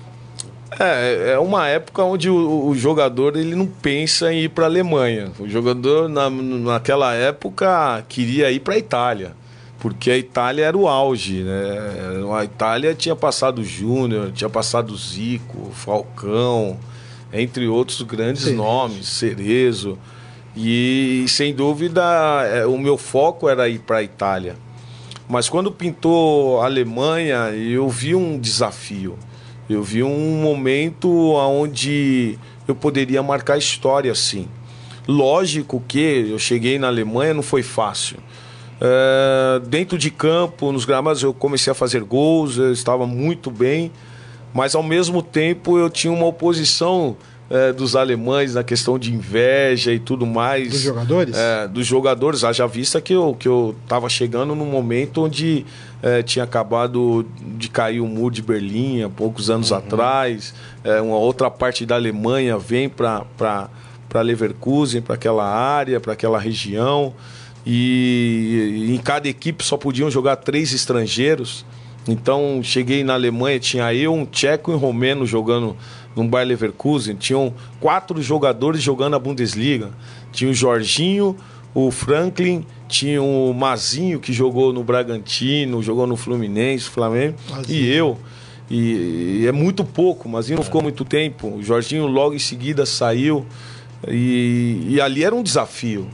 É uma época onde o jogador ele não pensa em ir para a Alemanha. O jogador naquela época queria ir para a Itália, porque a Itália era o auge, né? A Itália tinha passado o Júnior, tinha passado o Zico, Falcão, entre outros grandes nomes, Cerezo. E sem dúvida o meu foco era ir para a Itália. Mas quando pintou a Alemanha, eu vi um desafio. Eu vi um momento onde eu poderia marcar história, sim. Lógico que eu cheguei na Alemanha, não foi fácil. Dentro de campo, nos gramados, eu comecei a fazer gols, eu estava muito bem, mas ao mesmo tempo eu tinha uma oposição dos alemães na questão de inveja e tudo mais. Dos jogadores? Dos jogadores, haja vista que eu estava chegando num momento onde tinha acabado de cair o muro de Berlim há poucos anos atrás. Uma outra parte da Alemanha vem para Leverkusen, para aquela área, para aquela região. E em cada equipe só podiam jogar 3 estrangeiros. Então cheguei na Alemanha, tinha eu, um tcheco e um romeno jogando no Bayer Leverkusen. Tinham 4 jogadores jogando a Bundesliga. Tinha o Jorginho, o Franklin, tinha o Mazinho, que jogou no Bragantino, jogou no Fluminense, Flamengo, Mazinho. E eu. E é muito pouco, o Mazinho não ficou muito tempo. O Jorginho logo em seguida saiu. E ali era um desafio.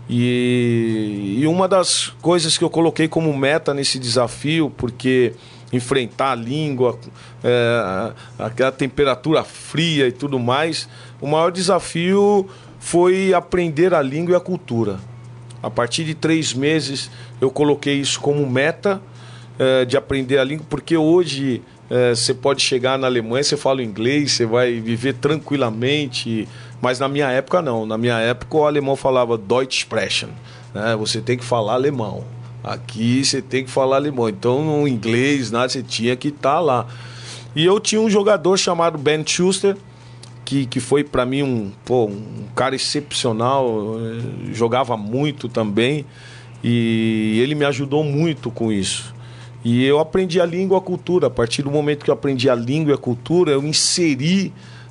E uma das coisas que eu coloquei como meta nesse desafio, porque enfrentar a língua, aquela temperatura fria e tudo mais. O maior desafio foi aprender a língua e a cultura. A partir de 3 meses eu coloquei isso como meta, de aprender a língua, porque hoje você pode chegar na Alemanha, você fala inglês, você vai viver tranquilamente, mas na minha época não. Na minha época o alemão falava Deutsch sprechen, né? Você tem que falar alemão. Aqui você tem que falar alemão. Então no inglês, nada, você tinha que estar lá. E eu tinha um jogador chamado Ben Schuster, que foi para mim um cara excepcional, jogava muito também, e ele me ajudou muito com isso. E eu aprendi a língua e a cultura. A partir do momento que eu aprendi a língua e a cultura, eu inseri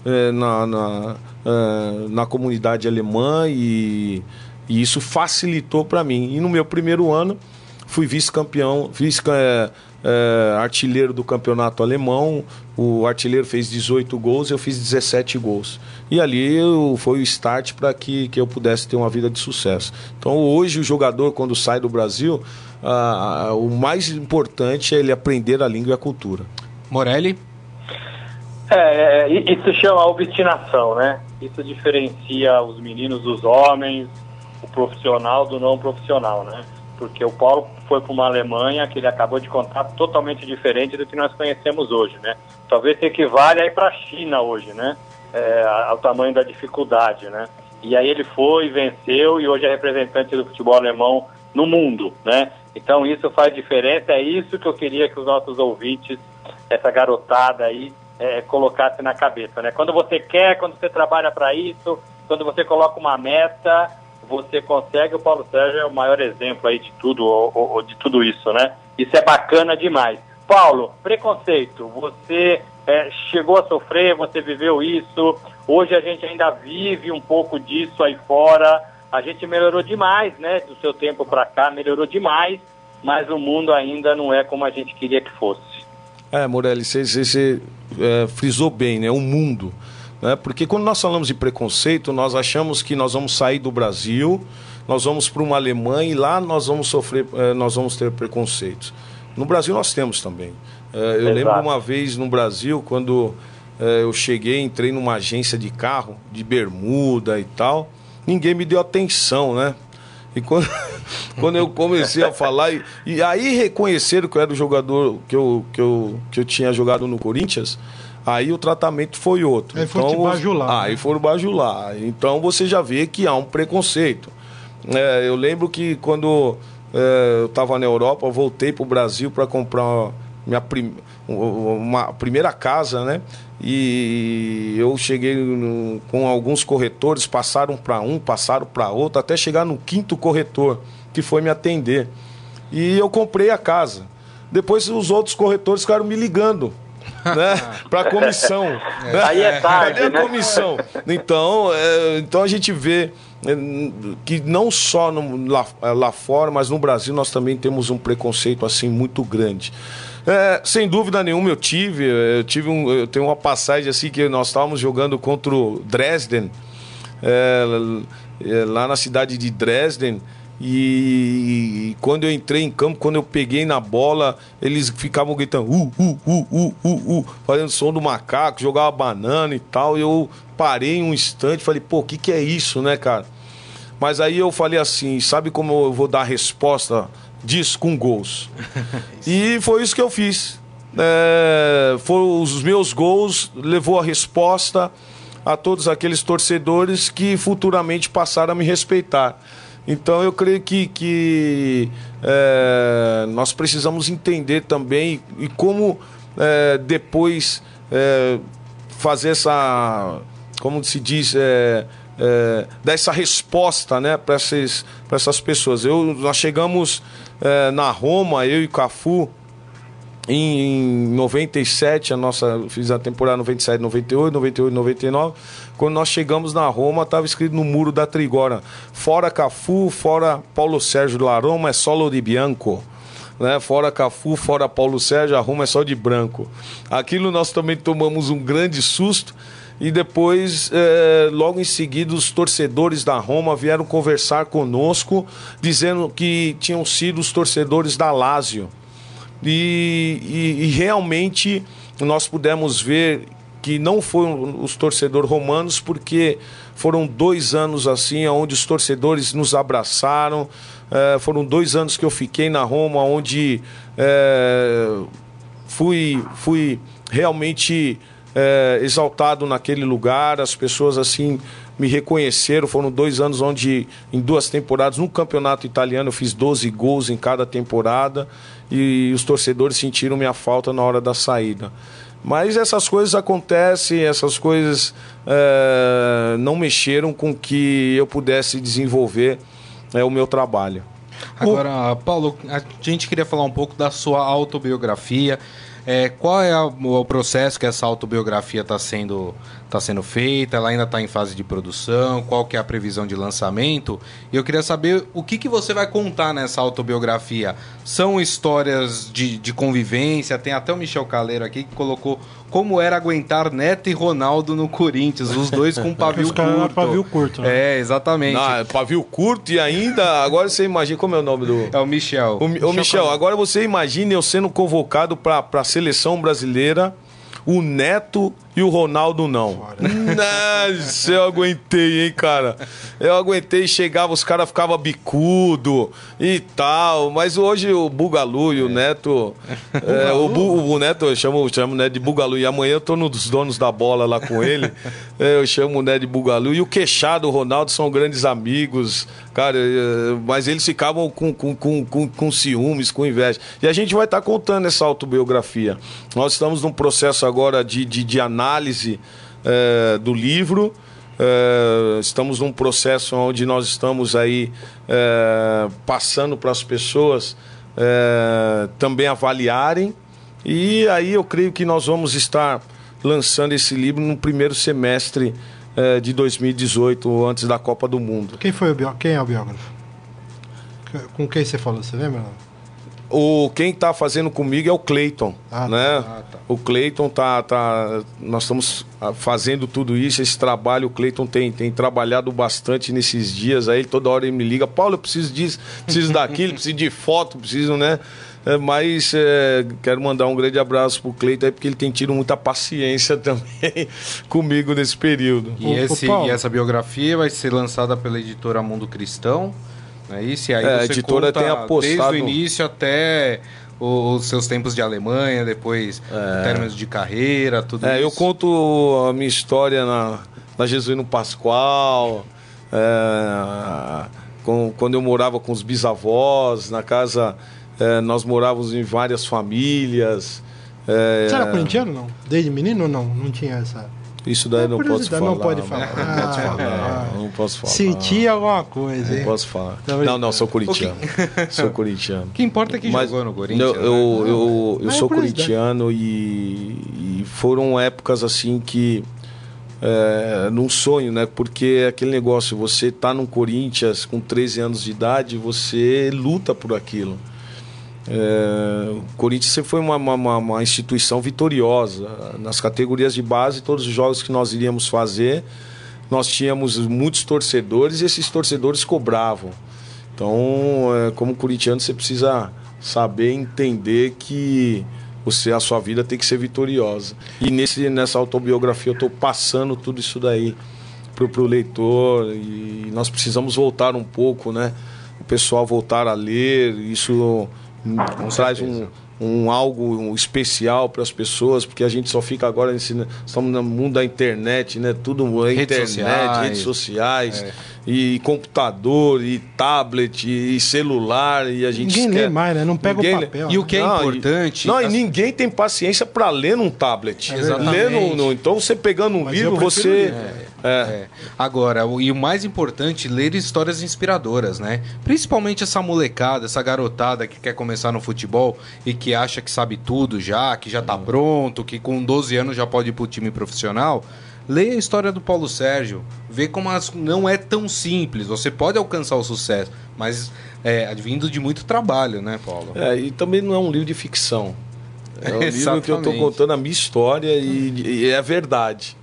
na comunidade alemã, e isso facilitou para mim. E no meu primeiro ano, fui vice-campeão, artilheiro do campeonato alemão. O artilheiro fez 18 gols, eu fiz 17 gols. E ali foi o start para que eu pudesse ter uma vida de sucesso. Então hoje o jogador, quando sai do Brasil, o mais importante é ele aprender a língua e a cultura. Morelli? Isso chama obstinação, né? Isso diferencia os meninos dos homens, o profissional do não profissional, né? Porque o Paulo foi para uma Alemanha que ele acabou de contar totalmente diferente do que nós conhecemos hoje, né? Talvez se equivale aí para a China hoje, né? Ao tamanho da dificuldade, né? E aí ele foi, venceu e hoje é representante do futebol alemão no mundo, né? Então isso faz diferença, é isso que eu queria que os nossos ouvintes, essa garotada aí, colocasse na cabeça, né? Quando você quer, quando você trabalha para isso, quando você coloca uma meta, você consegue. O Paulo Sérgio é o maior exemplo aí de tudo isso, né? Isso é bacana demais. Paulo, preconceito, você chegou a sofrer, você viveu isso, hoje a gente ainda vive um pouco disso aí fora, a gente melhorou demais, né? Do seu tempo para cá, melhorou demais, mas o mundo ainda não é como a gente queria que fosse. Morelli, você frisou bem, né? O mundo. Porque quando nós falamos de preconceito, nós achamos que nós vamos sair do Brasil, nós vamos para uma Alemanha e lá nós vamos ter preconceitos. No Brasil nós temos também. Eu lembro uma vez no Brasil, quando eu entrei numa agência de carro, de bermuda e tal, ninguém me deu atenção, né? E quando eu comecei a falar, e aí reconheceram que eu era o jogador que eu tinha jogado no Corinthians. Aí o tratamento foi outro. Aí foi te bajular. Aí foram bajular. Então você já vê que há um preconceito. Eu lembro que quando eu estava na Europa, eu voltei para o Brasil para comprar uma primeira casa, né? E eu cheguei com alguns corretores, passaram para um, passaram para outro, até chegar no 5º corretor, que foi me atender. E eu comprei a casa. Depois os outros corretores ficaram me ligando, né, para comissão. Aí é tarde, cadê a comissão? Então a gente vê que não só lá fora, mas no Brasil nós também temos um preconceito assim muito grande. Sem dúvida nenhuma eu tenho uma passagem assim que nós estávamos jogando contra o Dresden, lá na cidade de Dresden. E quando eu entrei em campo, quando eu peguei na bola, eles ficavam gritando fazendo som do macaco, jogava banana e tal. E eu parei um instante e falei, pô, o que é isso, né, cara? Mas aí eu falei assim, sabe como eu vou dar a resposta disso? Com gols. E foi isso que eu fiz. Foram os meus gols, levou a resposta a todos aqueles torcedores que futuramente passaram a me respeitar. Então eu creio que nós precisamos entender também e como depois fazer essa, como se diz, dar essa resposta, né, para essas pessoas. Nós chegamos na Roma, eu e Cafu, em 97, fiz a temporada 97, 98, 98, 99. Quando nós chegamos na Roma, estava escrito no muro da Trigora: fora Cafu, fora Paulo Sérgio, la Roma é solo di bianco. Né? Fora Cafu, fora Paulo Sérgio, a Roma é só de branco. Aquilo nós também tomamos um grande susto. E depois, logo em seguida, os torcedores da Roma vieram conversar conosco, dizendo que tinham sido os torcedores da Lazio. e realmente nós pudemos ver que não foram os torcedores romanos, porque foram 2 anos assim, onde os torcedores nos abraçaram. Foram 2 anos que eu fiquei na Roma, onde fui realmente exaltado naquele lugar. As pessoas assim me reconheceram. Foram 2 anos onde, em 2 temporadas, no campeonato italiano, eu fiz 12 gols em cada temporada, e os torcedores sentiram minha falta na hora da saída. Mas essas coisas acontecem, essas coisas não mexeram com que eu pudesse desenvolver o meu trabalho. Agora, Paulo, a gente queria falar um pouco da sua autobiografia. Qual é o processo que essa autobiografia está sendo feita? Ela ainda está em fase de produção? Qual que é a previsão de lançamento? E eu queria saber o que você vai contar nessa autobiografia. São histórias de convivência? Tem até o Michel Caleiro aqui que colocou como era aguentar Neto e Ronaldo no Corinthians, os dois com pavio curto. Pavio curto, né? Exatamente. Pavio curto, e ainda, agora você imagina, como é o nome do... É o Michel. O Michel, agora você imagina eu sendo convocado para a seleção brasileira, o Neto e o Ronaldo não. Nossa, eu aguentei, hein, cara. Eu aguentei, chegava, os caras ficavam bicudo e tal. Mas hoje o Bugalu e o Neto... o Neto, eu chamo o Neto de Bugalu. E amanhã eu tô nos donos da bola lá com ele. Eu chamo o Neto de Bugalu. E o Queixado e o Ronaldo são grandes amigos, cara. Mas eles ficavam com ciúmes, com inveja. E a gente vai estar contando essa autobiografia. Nós estamos num processo agora de análise do livro. Estamos num processo onde nós estamos aí passando para as pessoas também avaliarem, e aí eu creio que nós vamos estar lançando esse livro no primeiro semestre de 2018, antes da Copa do Mundo. Quem é o biógrafo? Com quem você falou, você lembra? Quem está fazendo comigo é o Cleiton, né? Tá. O Cleiton nós estamos fazendo tudo isso, esse trabalho. O Cleiton tem trabalhado bastante nesses dias aí. Toda hora ele me liga: Paulo, eu preciso disso, preciso daquilo, preciso de foto, preciso, né? Mas quero mandar um grande abraço pro Cleiton aí, porque ele tem tido muita paciência também comigo nesse período. E essa biografia vai ser lançada pela editora Mundo Cristão. Isso, e aí a editora tem apostado desde o início até os seus tempos de Alemanha, depois términos de carreira, tudo isso. Eu conto a minha história na Jesuíno Pascoal, quando eu morava com os bisavós, na casa, nós morávamos em várias famílias. Você era corintiano, não? Desde menino ou não? Não tinha essa... Isso daí não posso falar. Não pode falar. Não posso falar. Senti alguma coisa, hein? Não posso falar. Não, sou corintiano. Sou corintiano. O que importa é que jogou no Corinthians. Eu sou corintiano, e foram épocas assim que... num sonho, né? Porque é aquele negócio, você tá no Corinthians com 13 anos de idade, você luta por aquilo. O Corinthians sempre foi uma instituição vitoriosa. Nas categorias de base, todos os jogos que nós iríamos fazer, nós tínhamos muitos torcedores, e esses torcedores cobravam. Então, como corintiano, você precisa saber entender que a sua vida tem que ser vitoriosa. E nessa autobiografia eu estou passando tudo isso daí pro leitor, e nós precisamos voltar um pouco, né? O pessoal voltar a ler, isso traz algo especial para as pessoas, porque a gente só fica agora estamos no mundo da internet, né? Tudo é redes sociais e computador e tablet e celular, e a gente ninguém lê mais, né? Não pega o papel. E o que é importante... E ninguém tem paciência para ler num tablet. Exatamente. Então, você pegando um livro, você... Agora, e o mais importante, ler histórias inspiradoras, né? Principalmente essa molecada, essa garotada que quer começar no futebol e que acha que sabe tudo já, que já tá pronto, que com 12 anos já pode ir pro time profissional. Leia a história do Paulo Sérgio, vê como não é tão simples. Você pode alcançar o sucesso, mas vindo de muito trabalho, né, Paulo? E também não é um livro de ficção. É um livro que eu tô contando a minha história, e é verdade.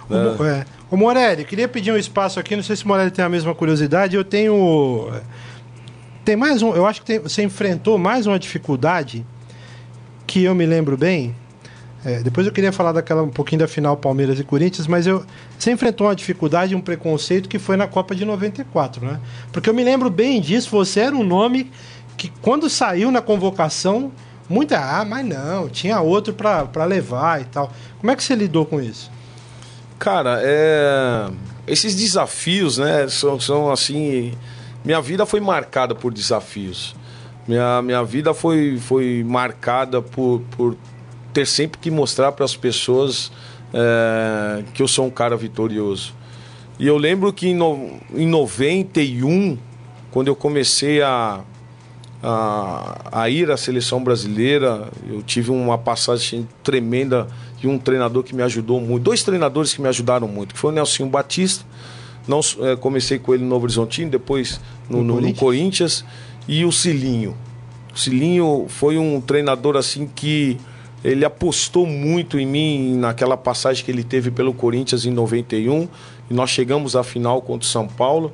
Ô Morelli, queria pedir um espaço aqui, não sei se o Morelli tem a mesma curiosidade. Eu tenho... Tem mais um... Eu acho que você enfrentou mais uma dificuldade que eu me lembro bem, depois eu queria falar um pouquinho da final Palmeiras e Corinthians, mas você enfrentou uma dificuldade, um preconceito que foi na Copa de 94, né? Porque eu me lembro bem disso, você era um nome que quando saiu na convocação, mas não, tinha outro para levar e tal. Como é que você lidou com isso? Cara, esses desafios, né, são assim... Minha vida foi marcada por desafios. Minha vida foi marcada por ter sempre que mostrar para as pessoas que eu sou um cara vitorioso. E eu lembro que em 91, quando eu comecei a ir à seleção brasileira, eu tive uma passagem tremenda de um treinador que me ajudou muito, 2 treinadores que me ajudaram muito, que foi o Nelsinho Batista. Comecei com ele no Novo Horizontino, depois no Corinthians, e o Cilinho. O Cilinho foi um treinador assim que ele apostou muito em mim naquela passagem que ele teve pelo Corinthians em 91, e nós chegamos à final contra o São Paulo.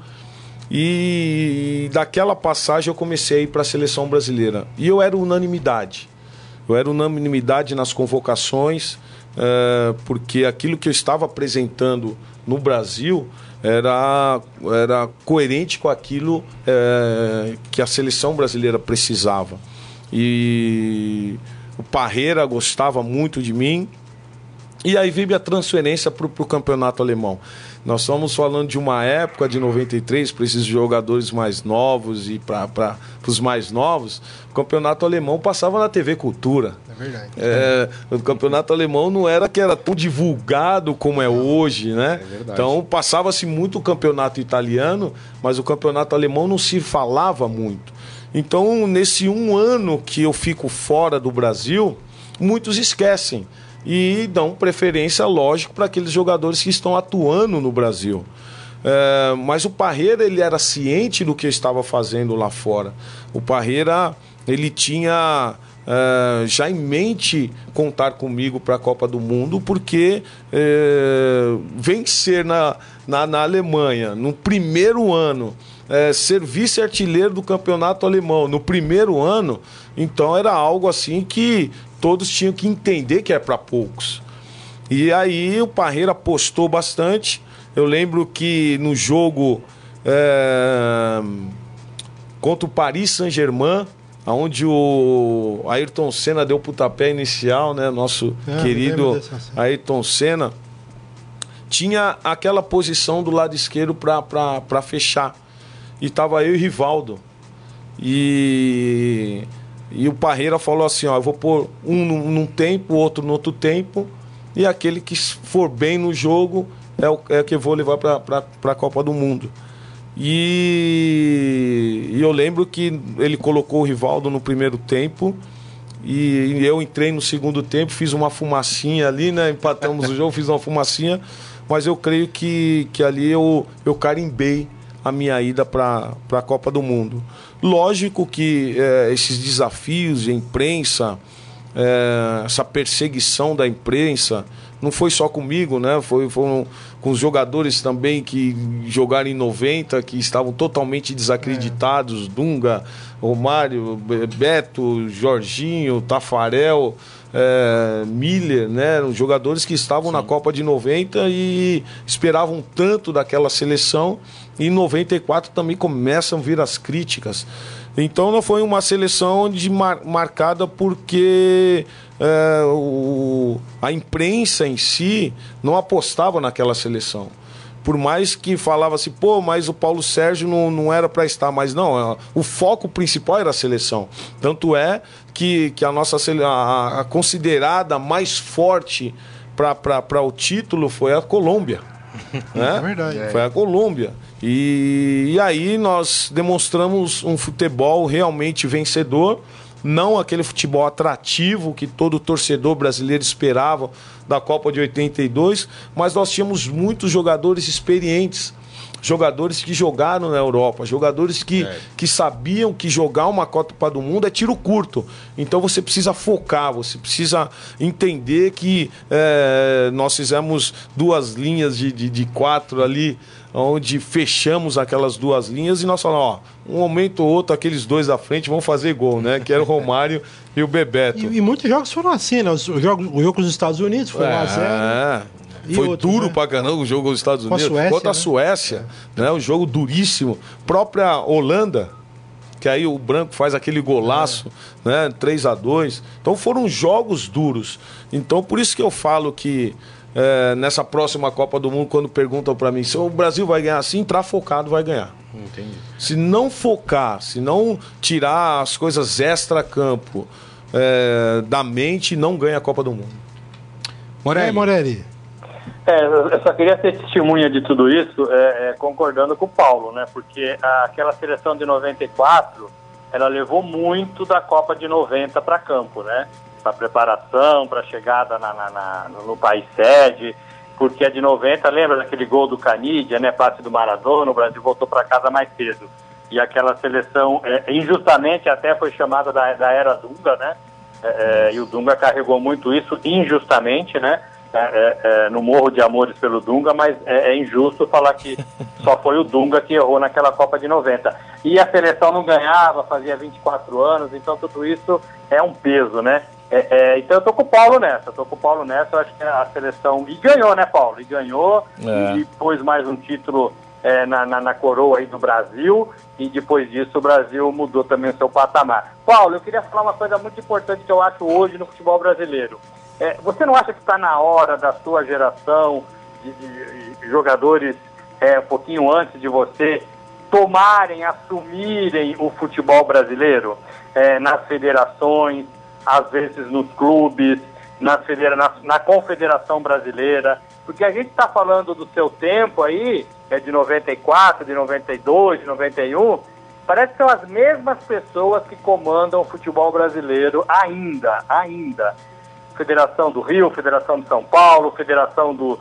E daquela passagem eu comecei a ir para a seleção brasileira. E eu era unanimidade. Eu era unanimidade nas convocações, porque aquilo que eu estava apresentando no Brasil era coerente com aquilo que a seleção brasileira precisava. E o Parreira gostava muito de mim. E aí veio a transferência para o campeonato alemão. Nós estamos falando de uma época de 93, para esses jogadores mais novos e para os mais novos, o campeonato alemão passava na TV Cultura. É verdade. O campeonato alemão não era tão divulgado como é hoje, né? É verdade. Então passava-se muito o campeonato italiano, mas o campeonato alemão não se falava muito. Então, nesse 1 ano que eu fico fora do Brasil, muitos esquecem. E dão preferência, lógico, para aqueles jogadores que estão atuando no Brasil. Mas o Parreira, ele era ciente do que eu estava fazendo lá fora. O Parreira, ele tinha já em mente contar comigo para a Copa do Mundo, porque vencer na Alemanha no primeiro ano, ser vice-artilheiro do campeonato alemão no primeiro ano, então era algo assim que todos tinham que entender que é para poucos. E aí o Parreira apostou bastante. Eu lembro que no jogo contra o Paris Saint-Germain, onde o Ayrton Senna deu o pontapé inicial, né? Nosso querido Ayrton Senna, tinha aquela posição do lado esquerdo para fechar. E estava eu e Rivaldo. E o Parreira falou assim, eu vou pôr um num tempo, o outro no outro tempo, e aquele que for bem no jogo é que eu vou levar para a Copa do Mundo. E eu lembro que ele colocou o Rivaldo no primeiro tempo, e eu entrei no segundo tempo, fiz uma fumacinha ali, né? Empatamos o jogo, fiz uma fumacinha, mas eu creio que ali eu carimbei a minha ida para a Copa do Mundo. Lógico que esses desafios de imprensa, essa perseguição da imprensa, não foi só comigo, né? Foram com os jogadores também que jogaram em 90, que estavam totalmente desacreditados, Dunga, Romário, Beto, Jorginho, Tafarel, Miller, né? Eram jogadores que estavam na Copa de 90 e esperavam tanto daquela seleção. E em 94 também começam a vir as críticas. Então não foi uma seleção marcada porque a imprensa em si não apostava naquela seleção. Por mais que falava-se, mas o Paulo Sérgio não era para estar, mas não, o foco principal era a seleção. Tanto é que a nossa a considerada mais forte para o título foi a Colômbia. Né? É verdade. Foi a Colômbia. E aí nós demonstramos um futebol realmente vencedor, não aquele futebol atrativo que todo torcedor brasileiro esperava da Copa de 82, mas nós tínhamos muitos jogadores experientes. jogadores que jogaram na Europa, jogadores que sabiam que jogar uma Copa do Mundo é tiro curto. Então você precisa focar, você precisa entender que nós fizemos 2 linhas de 4 ali, onde fechamos aquelas 2 linhas e nós falamos, um momento ou outro, aqueles 2 da frente vão fazer gol, né? Que era o Romário e o Bebeto. E muitos jogos foram assim, né? O jogo com os Estados Unidos foi 1-0. Foi outros, duro, né? pra caramba o jogo com os Estados Unidos. Contra a Suécia, né? Um jogo duríssimo. Própria Holanda, que aí o branco faz aquele golaço, né? 3-2. Então foram jogos duros. Então por isso que eu falo que nessa próxima Copa do Mundo, quando perguntam pra mim se o Brasil vai ganhar, se entrar focado, vai ganhar. Entendi. Se não focar, se não tirar as coisas extra-campo da mente, não ganha a Copa do Mundo. Morelli. Eu só queria ser testemunha de tudo isso, concordando com o Paulo, né? Porque aquela seleção de 94, ela levou muito da Copa de 90 para campo, né? Para preparação, para chegada no país sede, porque a de 90, lembra daquele gol do Canidia, né? Passe do Maradona, o Brasil voltou para casa mais cedo. E aquela seleção, injustamente, até foi chamada da era Dunga, né? E o Dunga carregou muito isso, injustamente, né? No Morro de Amores pelo Dunga, mas é injusto falar que só foi o Dunga que errou naquela Copa de 90. E a seleção não ganhava, fazia 24 anos, então tudo isso é um peso, né? Então eu tô com o Paulo nessa, eu acho que a seleção... E ganhou, né, Paulo? E ganhou, e pôs mais um título na coroa aí do Brasil, e depois disso o Brasil mudou também o seu patamar. Paulo, eu queria falar uma coisa muito importante que eu acho hoje no futebol brasileiro. Você não acha que está na hora da sua geração de jogadores um pouquinho antes de você assumirem o futebol brasileiro nas federações, às vezes nos clubes, na Confederação Brasileira? Porque a gente está falando do seu tempo aí, de 94, de 92, de 91, parece que são as mesmas pessoas que comandam o futebol brasileiro ainda. Federação do Rio, Federação de São Paulo, Federação do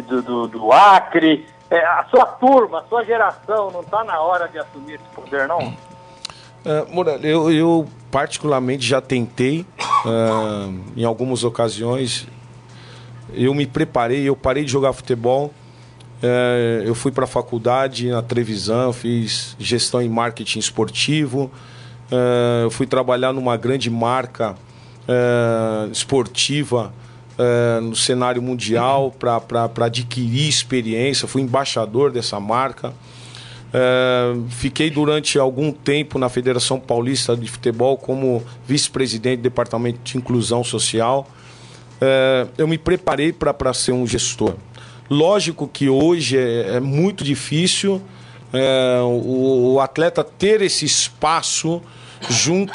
Acre. A sua turma, a sua geração, não está na hora de assumir esse poder, não? Morelli, eu particularmente já tentei, em algumas ocasiões. Eu me preparei, eu parei de jogar futebol. Eu fui para a faculdade na Trevisan, fiz gestão em marketing esportivo. Eu fui trabalhar numa grande marca esportiva no cenário mundial para adquirir experiência. Fui embaixador dessa marca. Fiquei durante algum tempo na Federação Paulista de Futebol como vice-presidente do Departamento de Inclusão Social. Eu me preparei para ser um gestor. Lógico que hoje é muito difícil o atleta ter esse espaço junto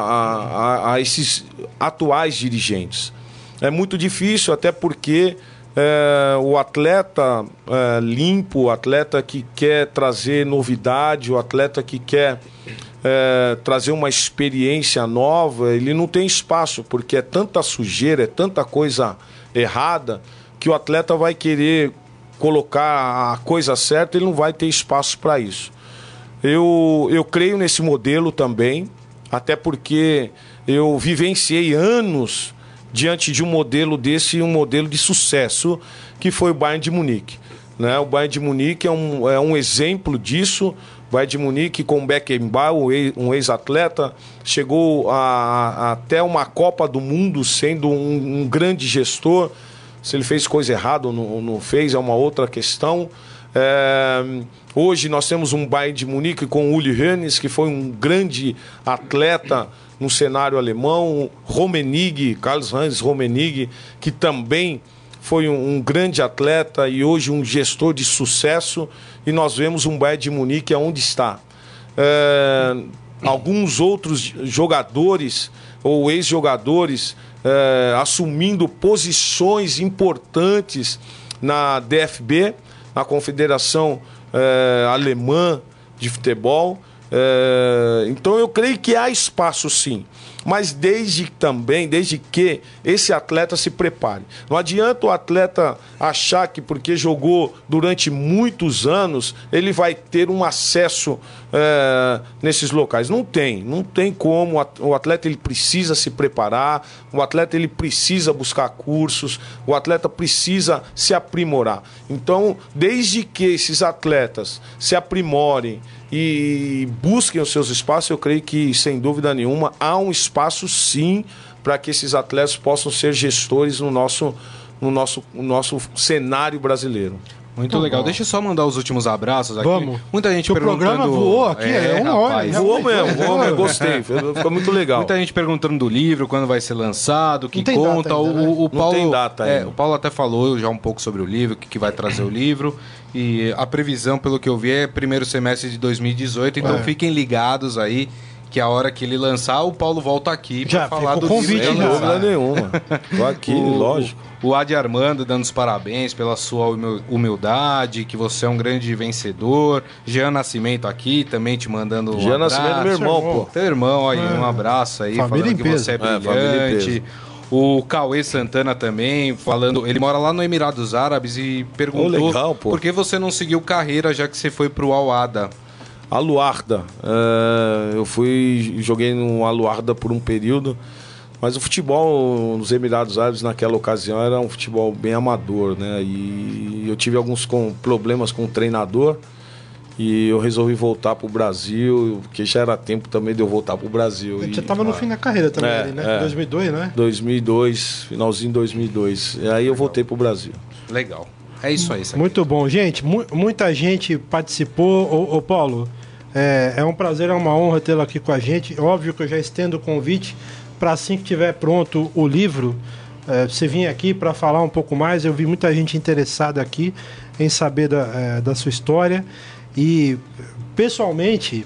a esses atuais dirigentes. É muito difícil, até porque o atleta limpo, o atleta que quer trazer novidade, o atleta que quer trazer uma experiência nova, ele não tem espaço, porque é tanta sujeira, é tanta coisa errada, que o atleta vai querer colocar a coisa certa, ele não vai ter espaço para isso. Eu creio nesse modelo também, até porque eu vivenciei anos diante de um modelo desse, um modelo de sucesso, que foi o Bayern de Munique. Né? O Bayern de Munique é um exemplo disso. O Bayern de Munique com o Beckenbauer, um ex-atleta, chegou até uma Copa do Mundo sendo um grande gestor. Se ele fez coisa errada ou não fez, é uma outra questão. Hoje nós temos um Bayern de Munique com o Uli Hoeneß, que foi um grande atleta no cenário alemão. Rummenigge, Karl-Heinz Rummenigge, que também foi um grande atleta e hoje um gestor de sucesso. E nós vemos um Bayern de Munique onde está. Alguns outros jogadores ou ex-jogadores assumindo posições importantes na DFB, na Confederação Alemã de Futebol. Então eu creio que há espaço sim, mas desde que esse atleta se prepare. Não adianta o atleta achar que porque jogou durante muitos anos ele vai ter um acesso nesses locais. Não tem como. O atleta ele precisa se preparar, o atleta ele precisa buscar cursos, o atleta precisa se aprimorar. Então, desde que esses atletas se aprimorem e busquem os seus espaços, eu creio que, sem dúvida nenhuma, há um espaço sim para que esses atletas possam ser gestores no nosso cenário brasileiro. Muito legal. Deixa eu só mandar os últimos abraços aqui. Vamos. Muita gente o perguntando... programa voou aqui, rapaz. Voou mesmo, gostei. Ficou muito legal. Muita gente perguntando do livro, quando vai ser lançado, que conta. Ainda, né? O Paulo, não tem data ainda. O Paulo até falou já um pouco sobre o livro, o que vai trazer o livro. E a previsão, pelo que eu vi, é primeiro semestre de 2018. Então fiquem ligados aí, que a hora que ele lançar, o Paulo volta aqui para falar do convite, livro. Sem dúvida nenhuma. Tô aqui, lógico. O Adi Armando dando os parabéns pela sua humildade, que você é um grande vencedor. Jean Nascimento aqui também te mandando um Jean abraço. Nascimento, meu irmão, pô. Teu irmão aí, um abraço aí, Família falando que você é brilhante. O Cauê Santana também, falando... Ele mora lá no Emirados Árabes e perguntou legal, pô. por que você não seguiu carreira, já que você foi pro Al-Ada. Aluarda. Eu joguei no Aluarda por um período, mas o futebol nos Emirados Árabes naquela ocasião era um futebol bem amador, né? E eu tive alguns problemas com o treinador e eu resolvi voltar pro Brasil, porque já era tempo também de eu voltar pro Brasil. Você estava no fim da carreira também, ali, né? 2002, né? 2002, finalzinho de 2002. E aí eu voltei pro Brasil. Legal. É isso aí. Muito bom. Gente, muita gente participou. Ô Paulo, é um prazer, é uma honra tê-lo aqui com a gente. Óbvio que eu já estendo o convite para assim que tiver pronto o livro, você vir aqui para falar um pouco mais. Eu vi muita gente interessada aqui em saber da sua história. E, pessoalmente,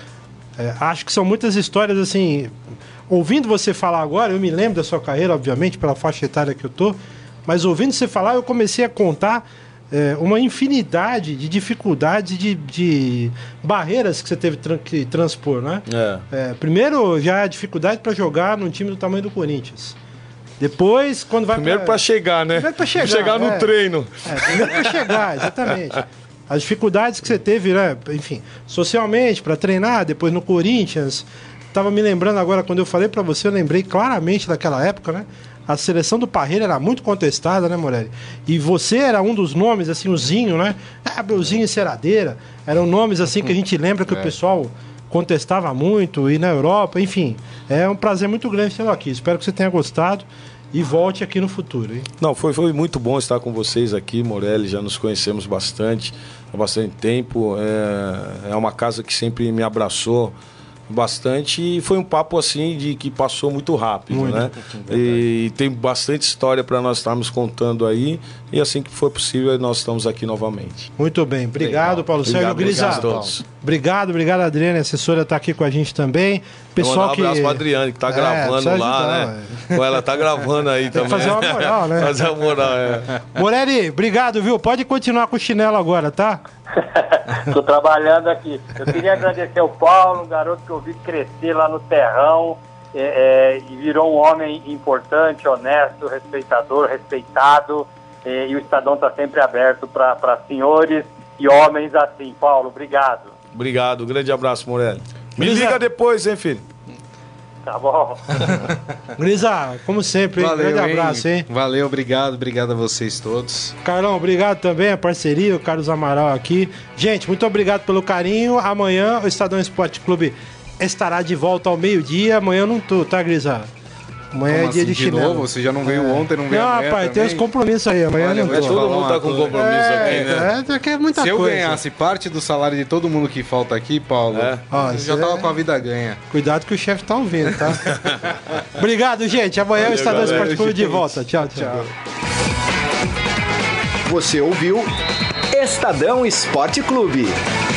acho que são muitas histórias assim... Ouvindo você falar agora, eu me lembro da sua carreira, obviamente, pela faixa etária que eu tô, mas ouvindo você falar, eu comecei a contar uma infinidade de dificuldades, de barreiras que você teve que transpor, né? Primeiro, já a dificuldade para jogar num time do tamanho do Corinthians. Depois, quando vai... Primeiro para chegar, né? Primeiro para chegar. Chegar no treino. Primeiro para chegar, exatamente. As dificuldades que você teve, né? Enfim, socialmente, para treinar, depois no Corinthians. Tava me lembrando agora, quando eu falei para você, eu lembrei claramente daquela época, né? A seleção do Parreira era muito contestada, né, Morelli? E você era um dos nomes, assim, o Zinho, né? O Zinho e Ceradeira. Eram nomes, assim, que a gente lembra que o pessoal contestava muito. E na Europa, enfim. É um prazer muito grande tê-lo aqui. Espero que você tenha gostado e volte aqui no futuro, hein? Não, foi muito bom estar com vocês aqui, Morelli. Já nos conhecemos bastante, há bastante tempo. É uma casa que sempre me abraçou bastante e foi um papo assim de que passou muito rápido, muito, né? E tem bastante história para nós estarmos contando aí e assim que for possível nós estamos aqui novamente. Muito bem, obrigado Paulo Sérgio Grisado. Obrigado, Adriane, a assessora está aqui com a gente também. Pessoal que... Um abraço para Adriane que está gravando lá, né? Ela tá gravando aí também. Fazer uma moral, né? Fazer uma moral, Morelli, obrigado, viu? Pode continuar com o chinelo agora, tá? Estou trabalhando aqui. Eu queria agradecer ao Paulo, um garoto que eu vi crescer lá no terrão e virou um homem importante, honesto, respeitado. E o Estadão está sempre aberto para senhores e homens assim. Paulo, obrigado. Obrigado, um grande abraço, Morelli. Me liga depois, hein, filho? Tá bom. Grisa, como sempre, valeu, grande abraço, hein? Valeu, obrigado a vocês todos. Carlão, obrigado também, a parceria, o Carlos Amaral aqui. Gente, muito obrigado pelo carinho. Amanhã o Estadão Esporte Clube estará de volta ao meio-dia. Amanhã eu não tô, tá, Grisa? Amanhã como é dia assim, de chinelo. Novo? Você já não veio ontem, não veio amanhã. Não, rapaz, tem os compromissos aí. Amanhã olha, não tô. Todo mundo tá com compromisso aqui, né? É muita Se eu coisa. ganhasse parte do salário de todo mundo que falta aqui, Paulo, eu já tava com a vida ganha. Cuidado que o chefe tá ouvindo, tá? Obrigado, gente. Amanhã o Estadão Esporte Clube de volta. Tchau. Você ouviu Estadão Esporte Clube.